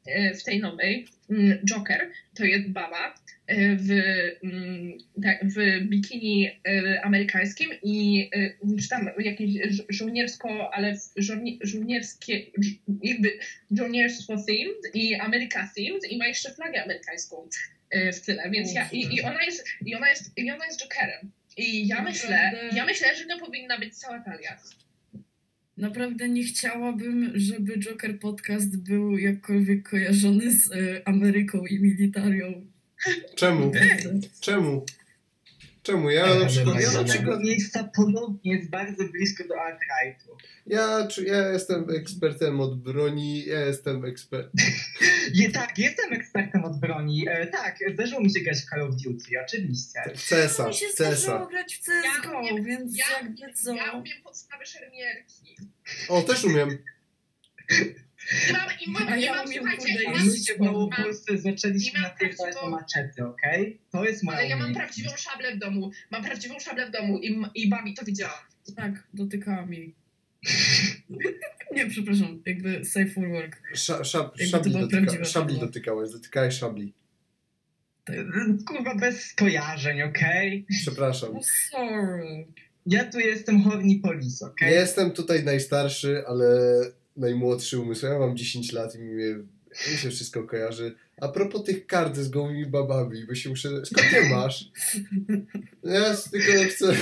e, w tej nowej, mm, Joker, to jest baba e, w, mm, tak, w bikini e, amerykańskim i e, czy tam jakieś żo- żołniersko, ale w- żołni- żołnierskie, ż- jakby żołnierstwo themed i Ameryka themed i ma jeszcze flagę amerykańską e, w tyle, więc ja, i, i ona jest, i ona jest, i ona jest Jokerem. I ja myślę, Naprawdę? ja myślę, że to powinna być cała talia. Naprawdę nie chciałabym, żeby Joker Podcast był jakkolwiek kojarzony z e, Ameryką i militarią. Czemu? Czemu? Czemu? Ja na przykład, ja Z na tego przykład, miejsca ponownie jest bardzo blisko do alt-rightu. ja, czy- ja jestem ekspertem od broni, ja jestem ekspert. Je, tak, jestem ekspertem od broni. E, tak, zdarzyło mi się grać w Call of Duty, oczywiście. W C S a, Mi się w C S zdarzyło a. grać w C Ja S G O, umiem- więc Ja, jakby co... ja umiem podstawy szermierki. O, też umiem. I mam, i mam, A i ja mam umiem, słuchajcie, kurde, i A mam, my się w Małopolsce i zaczęliśmy mam napierdzać prawdziwą- do maczety, okej? To jest moja ale ja mam umiejętność. prawdziwą szablę w domu. Mam prawdziwą szablę w domu i, m- i babi to widziała. Tak, dotykałam jej. Nie, przepraszam, jakby safe for work. Sz, szab, Jakby to szabli, była dotyka, prawdziwa szabli szabla. dotykałeś, dotykałeś szabli. Kurwa, bez skojarzeń, okej? Przepraszam. Oh, sorry. Ja tu jestem horny polis, Nie okej? jestem tutaj najstarszy, ale najmłodszy umysłowo. Ja mam dziesięć lat i mi, mi się wszystko kojarzy. A propos tych kart z gołymi babami, bo się muszę... Skąd je masz? Ja tylko chcę...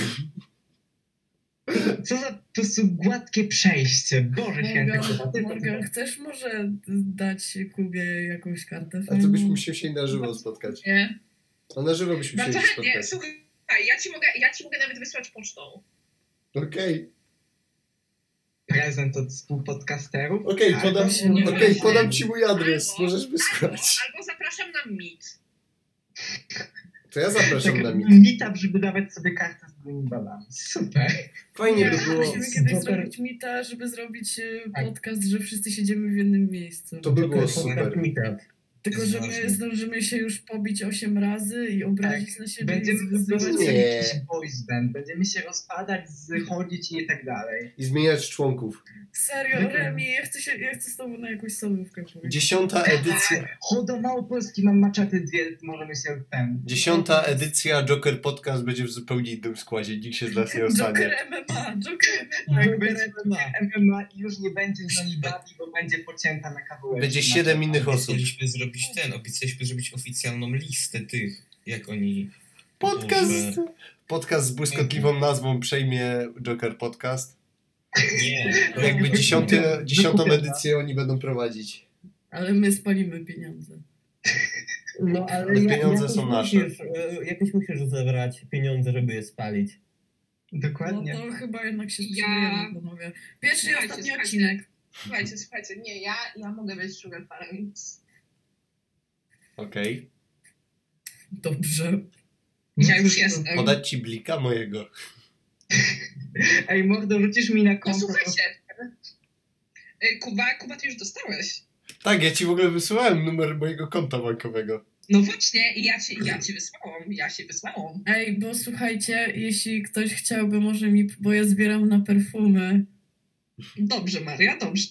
Co za po prostu gładkie przejście. Boże święty, chyba Morgan, tylko Morgan, chcesz może dać Kubie jakąś kartę A to fajną? byśmy musieli się na żywo spotkać. Nie? A na żywo byśmy Bardzo musieli chętnie. spotkać. Słuchaj, ja ci mogę, ja ci mogę nawet wysłać pocztą. Okej, prezent od współpodcasterów. okej, Tak, podam, to się nie okej, wydaje. podam ci mój adres, Albo- możesz Albo, wysłać. albo zapraszam na meet. To ja zapraszam Tak, na mit. meetup, żeby dawać sobie kartę z byłymi babami. Super. Fajnie Nie, by było. musimy kiedyś Joker- zrobić mita, żeby zrobić e, Tak. podcast, że wszyscy siedzimy w jednym miejscu. To by było Joker super. Podcast Meetup. Tylko, że my Ważne. zdążymy się już pobić osiem razy i obrazić na siebie Będziemy i po wyzywać. prostu Nie. jakiś boys band. Będziemy się rozpadać, zchodzić i tak dalej. I zmieniać członków. Serio, Mhm. Remi, ja chcę, się, ja chcę z tobą na jakąś solówkę pójść. Dziesiąta edycja. Chodź do Małopolski, mam maczety dwie, możemy się ten... Dziesiąta edycja Joker Podcast będzie w zupełnie innym składzie. Nikt się z nas nie ostanie. Joker M M A, Joker M M A. Tak, będzie M M A i już nie będzie z nami bawi, bo będzie pocięta na kawałek. Będzie siedem innych osób. Obiecaliśmy zrobić ten, obiecaliśmy zrobić oficjalną listę tych, jak oni... Podcast. Podcast z błyskotliwą nazwą przejmie Joker Podcast. Nie, Jakby dziesiąty, dziesiątą edycję oni będą prowadzić. Ale my spalimy pieniądze. No ale, Ale ja- pieniądze jakoś są nasze. Musisz, e, jakoś musisz zebrać pieniądze, żeby je spalić. No Dokładnie. to chyba jednak się Ja- sprzedajemy, panowie. Pierwszy i Słuchajcie, ostatni słuchajcie. odcinek. Słuchajcie, słuchajcie, nie, ja, ja mogę być sugar parent. Okej. Dobrze. Ja już jestem. Podać ci blika mojego. Ej, mordo, rzucisz mi na No konto. słuchajcie. Y, Kuba, Kuba, ty już dostałeś. Tak, ja ci w ogóle wysyłałem numer mojego konta bankowego. No właśnie, i ja ci, ja ci wysłałam, ja ci wysłałam. Ej, bo słuchajcie, jeśli ktoś chciałby może mi, bo ja zbieram na perfumy. Dobrze, Maria, dobrze.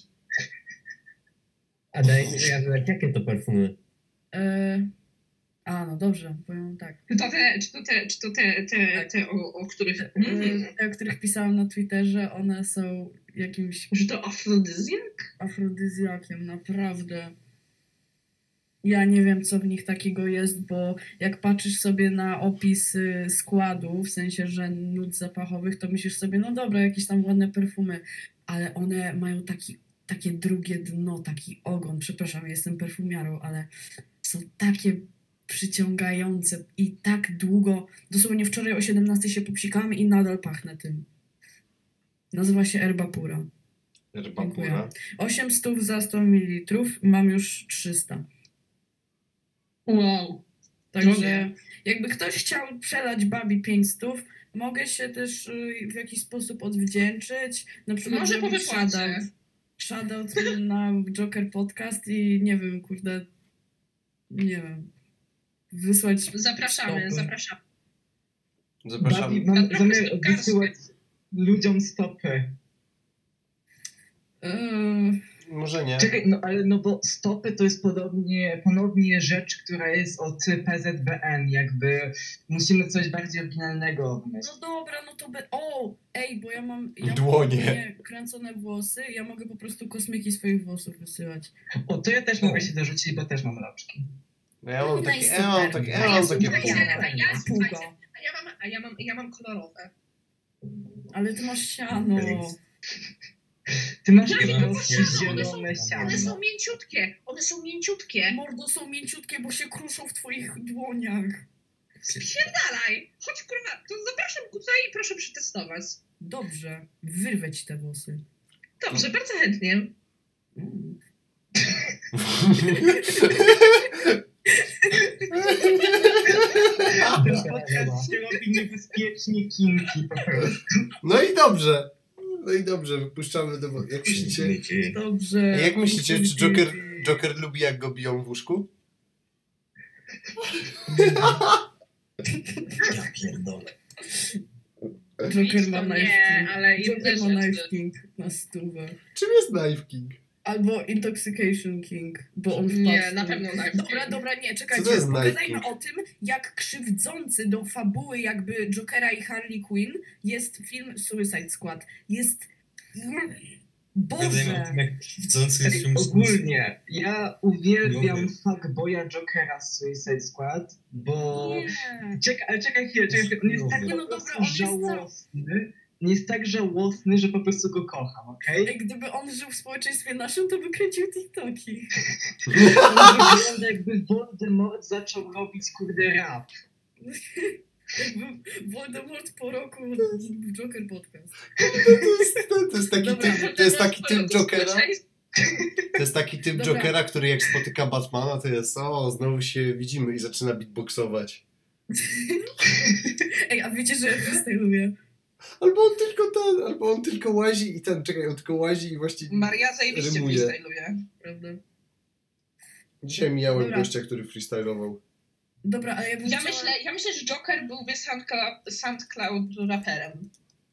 A daj, Jarek, jakie to perfumy? E, a, no dobrze, powiem tak. Czy to te, czy to te, czy to te, te, te o, o których... Mm, E, te, o których pisałam na Twitterze, one są jakimś że to afrodyzjak? afrodyzjakiem, naprawdę. Ja nie wiem, co w nich takiego jest, bo jak patrzysz sobie na opis y, składu, w sensie, że nut zapachowych, to myślisz sobie, no dobra, jakieś tam ładne perfumy, ale one mają taki, takie drugie dno, taki ogon. Przepraszam, jestem perfumiarą, ale są takie przyciągające i tak długo, dosłownie wczoraj o siedemnastej się popsikałam i nadal pachnę tym. Nazywa się Erba Pura. Herbapura. osiem stów za sto mililitrów, mam już trzysta. Wow. Także Drogie. jakby ktoś chciał przelać babi pięć stów, mogę się też y, w jakiś sposób odwdzięczyć. Na przykład Może po zrobić wypłacie. shoutout. Shoutout na Joker Podcast i nie wiem, kurde, nie wiem, wysłać Zapraszamy, stopy. zapraszamy. Zapraszam. Bawi, mam Trochę zamiar stopkarskie. wysyłać ludziom stopy. Yy, Może nie. Czekaj, no ale no bo stopy to jest podobnie, ponownie rzecz, która jest od P Z B N, jakby musimy coś bardziej oryginalnego wymyślić. No dobra, no to be... O! Ej, bo ja mam... Ja Dłonie. mam nie kręcone włosy, ja mogę po prostu kosmyki swoich włosów wysyłać. O, to ja też mogę się dorzucić, bo też mam roczki. No ja mam No takie, i ja mam takie, ja mam takie Słuchajcie, pół. a ja, Puga. słuchajcie, a ja mam, a ja mam, ja mam kolorowe. Ale ty masz siano. Ty masz Ja po mam prostu siano, zielone One siano. są mięciutkie, one są mięciutkie. Mordo są mięciutkie, bo się kruszą w twoich dłoniach. Spierdalaj! Chodź kurwa, to zapraszam tutaj i proszę przetestować. Dobrze, wyrwę ci te włosy. Dobrze, bardzo chętnie. Mm. Ten podcast się robi niebezpiecznie kinki po prostu. No i dobrze. No i dobrze, wypuszczamy do... Jak myślicie, Dobrze. jak myślicie czy Joker, Joker lubi jak go biją w łóżku? Ja pierdolę. Joker ma Nie, Knife King. ale Joker inne ma Knife rzeczy. King na stówę. Czym jest Knife King? Albo Intoxication King, bo on wpadł. Nie, w na to. pewno Knife Dobra, King. dobra, nie, czekajcie. Co to jest Knife Pogadajmy King? o tym, jak krzywdzący do fabuły jakby Jokera i Harley Quinn jest film Suicide Squad. Jest... Gadajmy o Boże! tym, jak krzywdzący jest Ej, film ogólnie, ja uwielbiam Dobry. fuckboya Jokera z Suicide Squad, bo... Nie. Czekaj, ale czekaj chwilę, czekaj chwilę. On jest tak Nie, po no dobra, prostu on jest żałosny. On jest tak żałosny, że po prostu go kocham, okej? Ej, gdyby on żył w społeczeństwie naszym, to by kręcił TikToki. On wygląda jakby Voldemort zaczął robić kurde rap. Jakby Voldemort po roku w Joker Podcast. To jest, to, to jest taki Dobra. typ, to jest taki typ Jokera. Społeczeństwo. To jest taki typ Dobra. Jokera, który jak spotyka Batmana, to jest o, znowu się widzimy i zaczyna beatboxować. Ej, a wiecie, że ja freestyluję? Albo on tylko ten, albo on tylko łazi i ten, czekaj, on tylko łazi i właśnie... Maria zajebiście Rymuje. freestyluje. Prawda? Dzisiaj mijałem Dobra. gościa, który freestylował. Dobra, ale ja bym Ja chciała... myślę, ja myślę, że Joker byłby SoundCloud, SoundCloud raperem.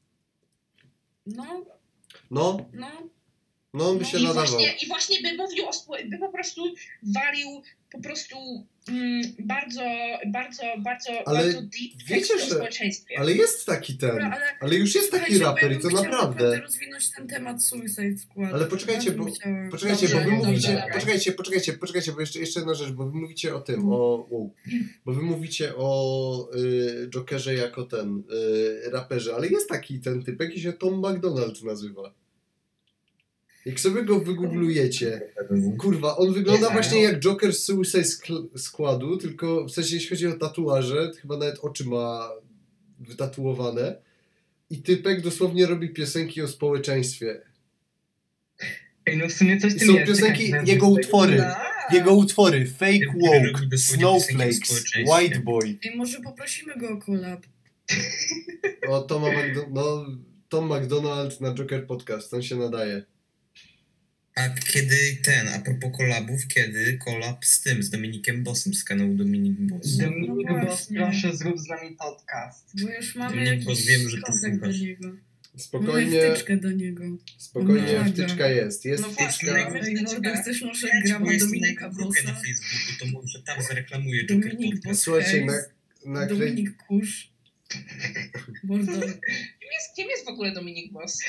No, No, no. no on by się I nadawał. właśnie, I właśnie by mówił o spo- by po prostu walił po prostu mm, bardzo, bardzo, bardzo, Ale bardzo deep wiecie, teksty o że- społeczeństwie. Ale jest taki Dobra, ten, ale... ale już jest taki Słuchajcie, bo raper ja i bym to chciała naprawdę. rozwinąć ten temat Suicide Squad. Ale poczekajcie, Bardzo bo- bym chciała. Poczekajcie, Dobrze, bo wy dobrze, mówicie, dobra. poczekajcie, poczekajcie, poczekajcie, bo jeszcze, jeszcze jedna rzecz, bo wy mówicie o tym, o, wow, bo wy mówicie o y, Jokerze jako ten, y, raperze, ale jest taki ten typ, jaki się Tom McDonald nazywa. Jak sobie go wygooglujecie, kurwa, on wygląda Nie właśnie znam. jak Joker z Suicide Skl- Squadu, tylko w sensie jeśli chodzi o tatuaże, to chyba nawet oczy ma wytatuowane i typek dosłownie robi piosenki o społeczeństwie. Ej, no w sumie coś I w tym są jest. piosenki, Czekaj, jego utwory. A, Jego utwory Fake Który Woke, robi dosłownie piosenki o Snowflakes, społeczeństwie. White Boy. Ej, może poprosimy go o collab. O, Toma McDo- no, Tom McDonald na Joker Podcast, on się nadaje. A kiedy ten, a propos kolabów, kiedy kolab z tym, z Dominikiem Bossem z kanału Dominik Boss? Dominik No Boss, właśnie. proszę zrób z nami podcast. Bo już mamy Dominik, bo jakiś wiem, że to kontakt do słuchasz. niego. Mamy Spokojnie, wtyczkę do niego. spokojnie, Uwaga. wtyczka jest. Jest No właśnie, wtyczka. mamy Ej, no wtyczkę. to chcesz może Bo grama jest Dominika na grupę na Bossa? Facebooku, to może tam zareklamuję Joker Dominik Podcast. Boss Słuchajcie, na, Face, na kre... Dominik Kusz. Mordo. Kim jest, kim jest w ogóle Dominik Boss?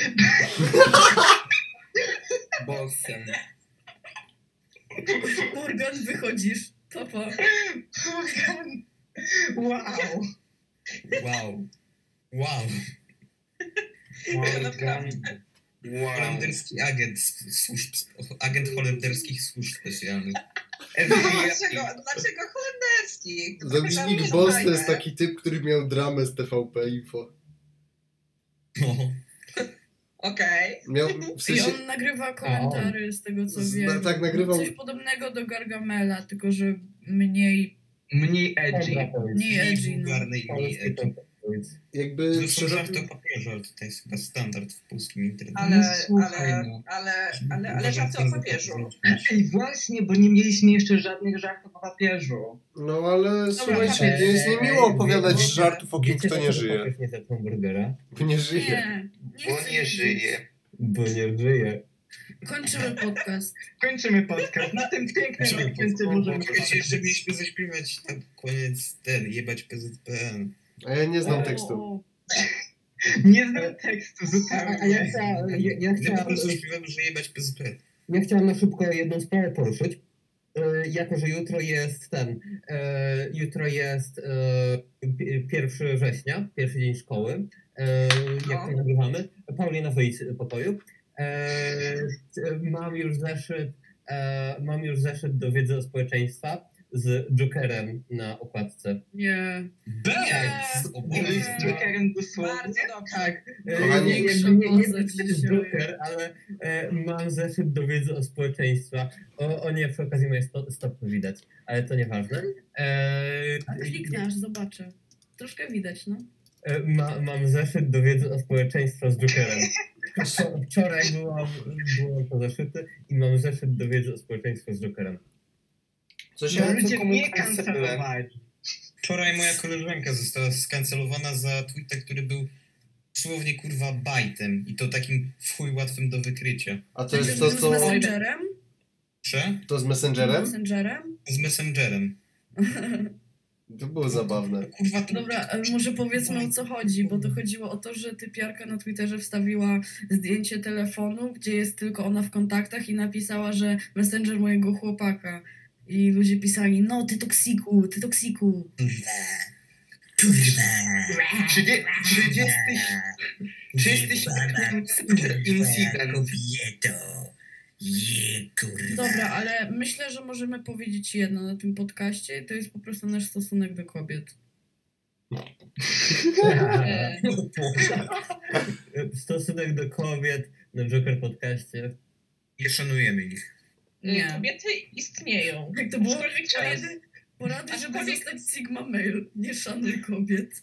Bossem. Morgan, wychodzisz. Papa. Wow. Wow. Wow. Morgan. Wow. Holenderski agent z służb, agent holenderskich służb specjalnych. Dlaczego, dlaczego holenderski? Dominik Boss to jest taki typ, który miał dramę z T V P Info. No. Okej. Miał, w I sensie, on nagrywa komentary z tego co Z- wiem. tak, nagrywał- Coś podobnego do Gargamela, tylko że mniej, Mniej edgy. mniej edgy. No. Wulgarny i mniej edgy. jakby To są przerobił... żarty o papierze, ale to jest chyba standard w polskim internecie. Ale, No słuchaj, ale, no. ale, ale, ale żarty o papieżu. Ej, właśnie, bo nie mieliśmy jeszcze żadnych żartów o papieżu. No ale słuchajcie, papież. nie jest niemiło opowiadać Wiecie, żartów o kim Wiecie, kto nie dlaczego żyje. papież nie zepnął burgera? Bo nie żyje. Nie, nie Bo chcę nie wiedzieć. żyje. Bo nie żyje. Kończymy podcast. Kończymy podcast. Na tym pięknym akcencie możemy... Słuchajcie, jeszcze mieliśmy zaśpiewać na koniec ten, jebać P Z P N. A ja nie znam O, tekstu. o. Nie znam tekstu A, zupełnie. a ja, chcia, ja, ja, My po chciałem, prostu śpiewamy, że jebać P Z P N. ja chciałem na szybko jedną sprawę poruszyć. E, jako, że jutro jest ten, e, jutro jest e, pi- pierwszego września, pierwszy dzień szkoły, e, jak to nagrywamy. Paulina, wyjdź z pokoju. E, t- mam już zeszyt, e, mam już zeszyt do wiedzy o społeczeństwa z Jokerem na okładce. Nie. Bez! Z Obojętnie. Jokerem dosłownie. Bardzo dobrze. Tak, e, Kochani, nie, jakby nie, nie, poza nie dzisiaj. jest Joker, ale e, mam zeszyt do wiedzy o społeczeństwa. O, o nie, przy okazji moje sto, stopy widać, ale to nieważne. E, A kliknę, aż zobaczę. Troszkę widać, no. e, ma, mam zeszyt do wiedzy o społeczeństwa z Jokerem. Wczor- Wczoraj byłam, byłam to zeszyty i mam zeszyt do wiedzy o społeczeństwie z Jokerem. Co Że się... ludzie komu mnie kancelem? kancelowali. Wczoraj moja koleżanka została skancelowana za tweeta, który był dosłownie kurwa bajtem i to takim w chuj łatwym do wykrycia. A to jest Będziesz to, z co... Messengerem? Prze? To z Messengerem? Messengerem? Z Messengerem. To było zabawne. Kurwa, to... Dobra, e, może powiedzmy o co chodzi, bo to chodziło o to, że typiarka na Twitterze wstawiła zdjęcie telefonu, gdzie jest tylko ona w kontaktach i napisała, że Messenger mojego chłopaka. I ludzie pisali, no ty toksiku, ty toksiku. trzydziesty super incydent. Kobieto. Je, kurwa. Dobra, ale myślę, że możemy powiedzieć jedno na tym podcaście i to jest po prostu nasz stosunek do kobiet. E, Stosunek do kobiet na Joker podcaście. Nie szanujemy ich. Nie. Kobiety istnieją. Jak to było? Aczkolwiek czas. Porady, porady żeby Aczkolwiek- zostać Sigma Male. Nie szanuj kobiet.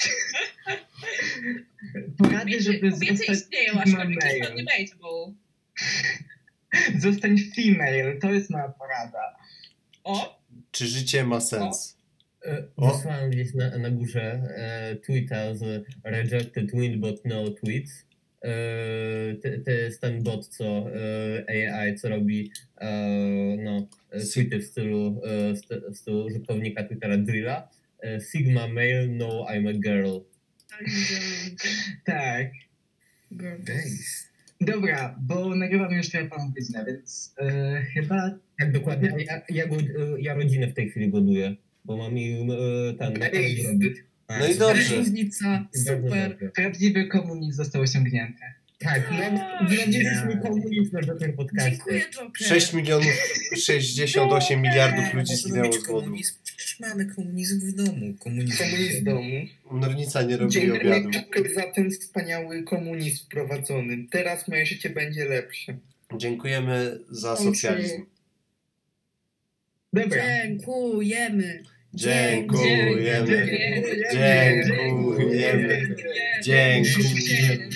Porady, żeby Kobiety, kobiety zostać istnieją, Sigma aczkolwiek to jest male. undebatable. Zostań female, to jest moja porada. O, Czy życie ma sens? E, O. Wysłałem gdzieś na, na górze e, tweeta z Rejected Winbot No Tweets. E, to, to jest ten bot, co e, A I, co robi e, no, e, tweety w stylu, e, st- w stylu użytkownika Twittera Drilla. E, Sigma male, no I'm a girl. Tak, widziałam. Tak. Girl. Base. Dobra, bo nagrywamy już trochę ponad godzinę, więc e, chyba... Tak, dokładnie. Ja, ja, go, e, ja rodzinę w tej chwili buduję, bo mam im e, ten Ej, robić. No i dobrze. Różnica, super. Prawdziwy komunizm został osiągnięty. Tak, no, zrobiliśmy komunizm na Joker podcaście. Dziękuję, Joker. sześć milionów sześćdziesiąt osiem miliardów ludzi zginęło z głodu. Komunizm. Przecież mamy komunizm w domu. Komunizm, Komunizm w domu. Nornica nie robi Dziękuję obiadu. Joker za ten wspaniały komunizm wprowadzony. Teraz moje życie będzie lepsze. Dziękujemy za socjalizm. Dobra. Dziękujemy. Dziękujemy. Dziękujemy. Dziękujemy.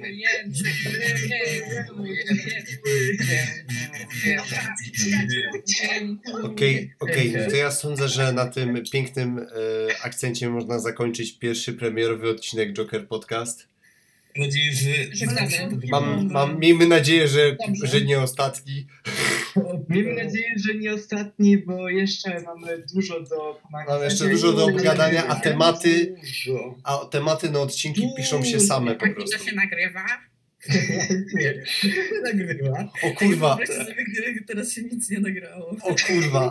Okej, okej. To ja sądzę, że na tym pięknym e, akcencie można zakończyć pierwszy premierowy odcinek Joker Podcast. Mam nadzieję, że... Żegnamy. Mam, mam, miejmy nadzieję, że, Dobrze. że nie ostatni. Miejmy nadzieję, że nie ostatni, bo jeszcze mamy dużo do pomagania. Mam jeszcze dużo do obgadania, a tematy, Dużo. a tematy na odcinki piszą się same po prostu. się nagrywa? Nie, nagrywa. O kurwa, Wyobraźcie sobie, gdy teraz się nic nie nagrało. o kurwa.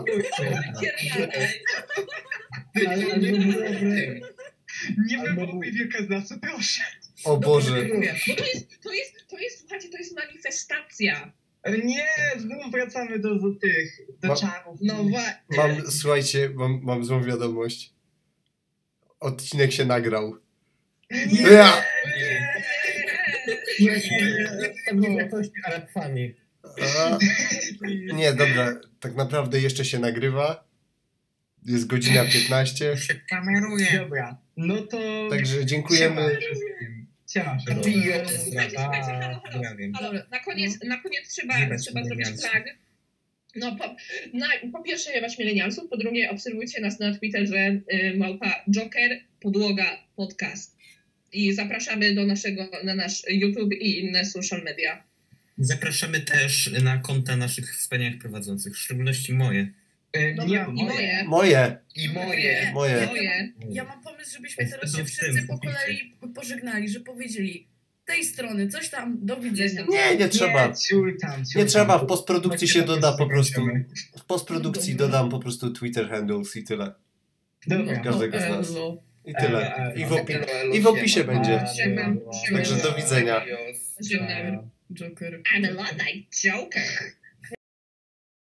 Ale, ale to było dobre. Nie Albo- wywołuj wielkoznaczy, proszę. O Boże. Bo to jest, to jest, to jest, słuchajcie, to jest manifestacja. Nie, znów wracamy do, do tych, do Ma- czarów. No właśnie. Mam, słuchajcie, mam, mam złą wiadomość. Odcinek się nagrał. Ja! To było jakości Arab Funny. A, nie, dobra, tak naprawdę jeszcze się nagrywa. Jest godzina piętnaście. się kameruje. Dobra, no to... Także dziękujemy. Siema. Słuchajcie, słuchajcie, halo, halo. Pozdrawiam. Halo, na koniec, na koniec trzeba, Jebać trzeba zrobić milenialsów. flag. No, po, na, po pierwsze jebać milenialsów, po drugie obserwujcie nas na Twitterze y, małpa Joker, podłoga, podcast. I zapraszamy do naszego, na nasz YouTube i inne social media. Zapraszamy też na konta naszych wspaniałych prowadzących, w szczególności moje. E, Dobra, nie, i moje. Moje, I moje. moje. Moje. Ja mam pomysł, żebyśmy Jest teraz to się w wszyscy tym po kolei pożegnali, że powiedzieli tej strony, coś tam, do widzenia. Jestem- Nie, nie trzeba. Nie, ciul tam, ciul Nie trzeba, w tam. postprodukcji się doda po prostu. W postprodukcji dodam po prostu Twitter handles i tyle. Dobra. Każdego z nas. Elo. I tyle. E, e, I w, opi- Elo, elo, i w opisie siema. będzie. Siema. Także do widzenia. Adios. Joker. Joker. I'm a lot like Joker.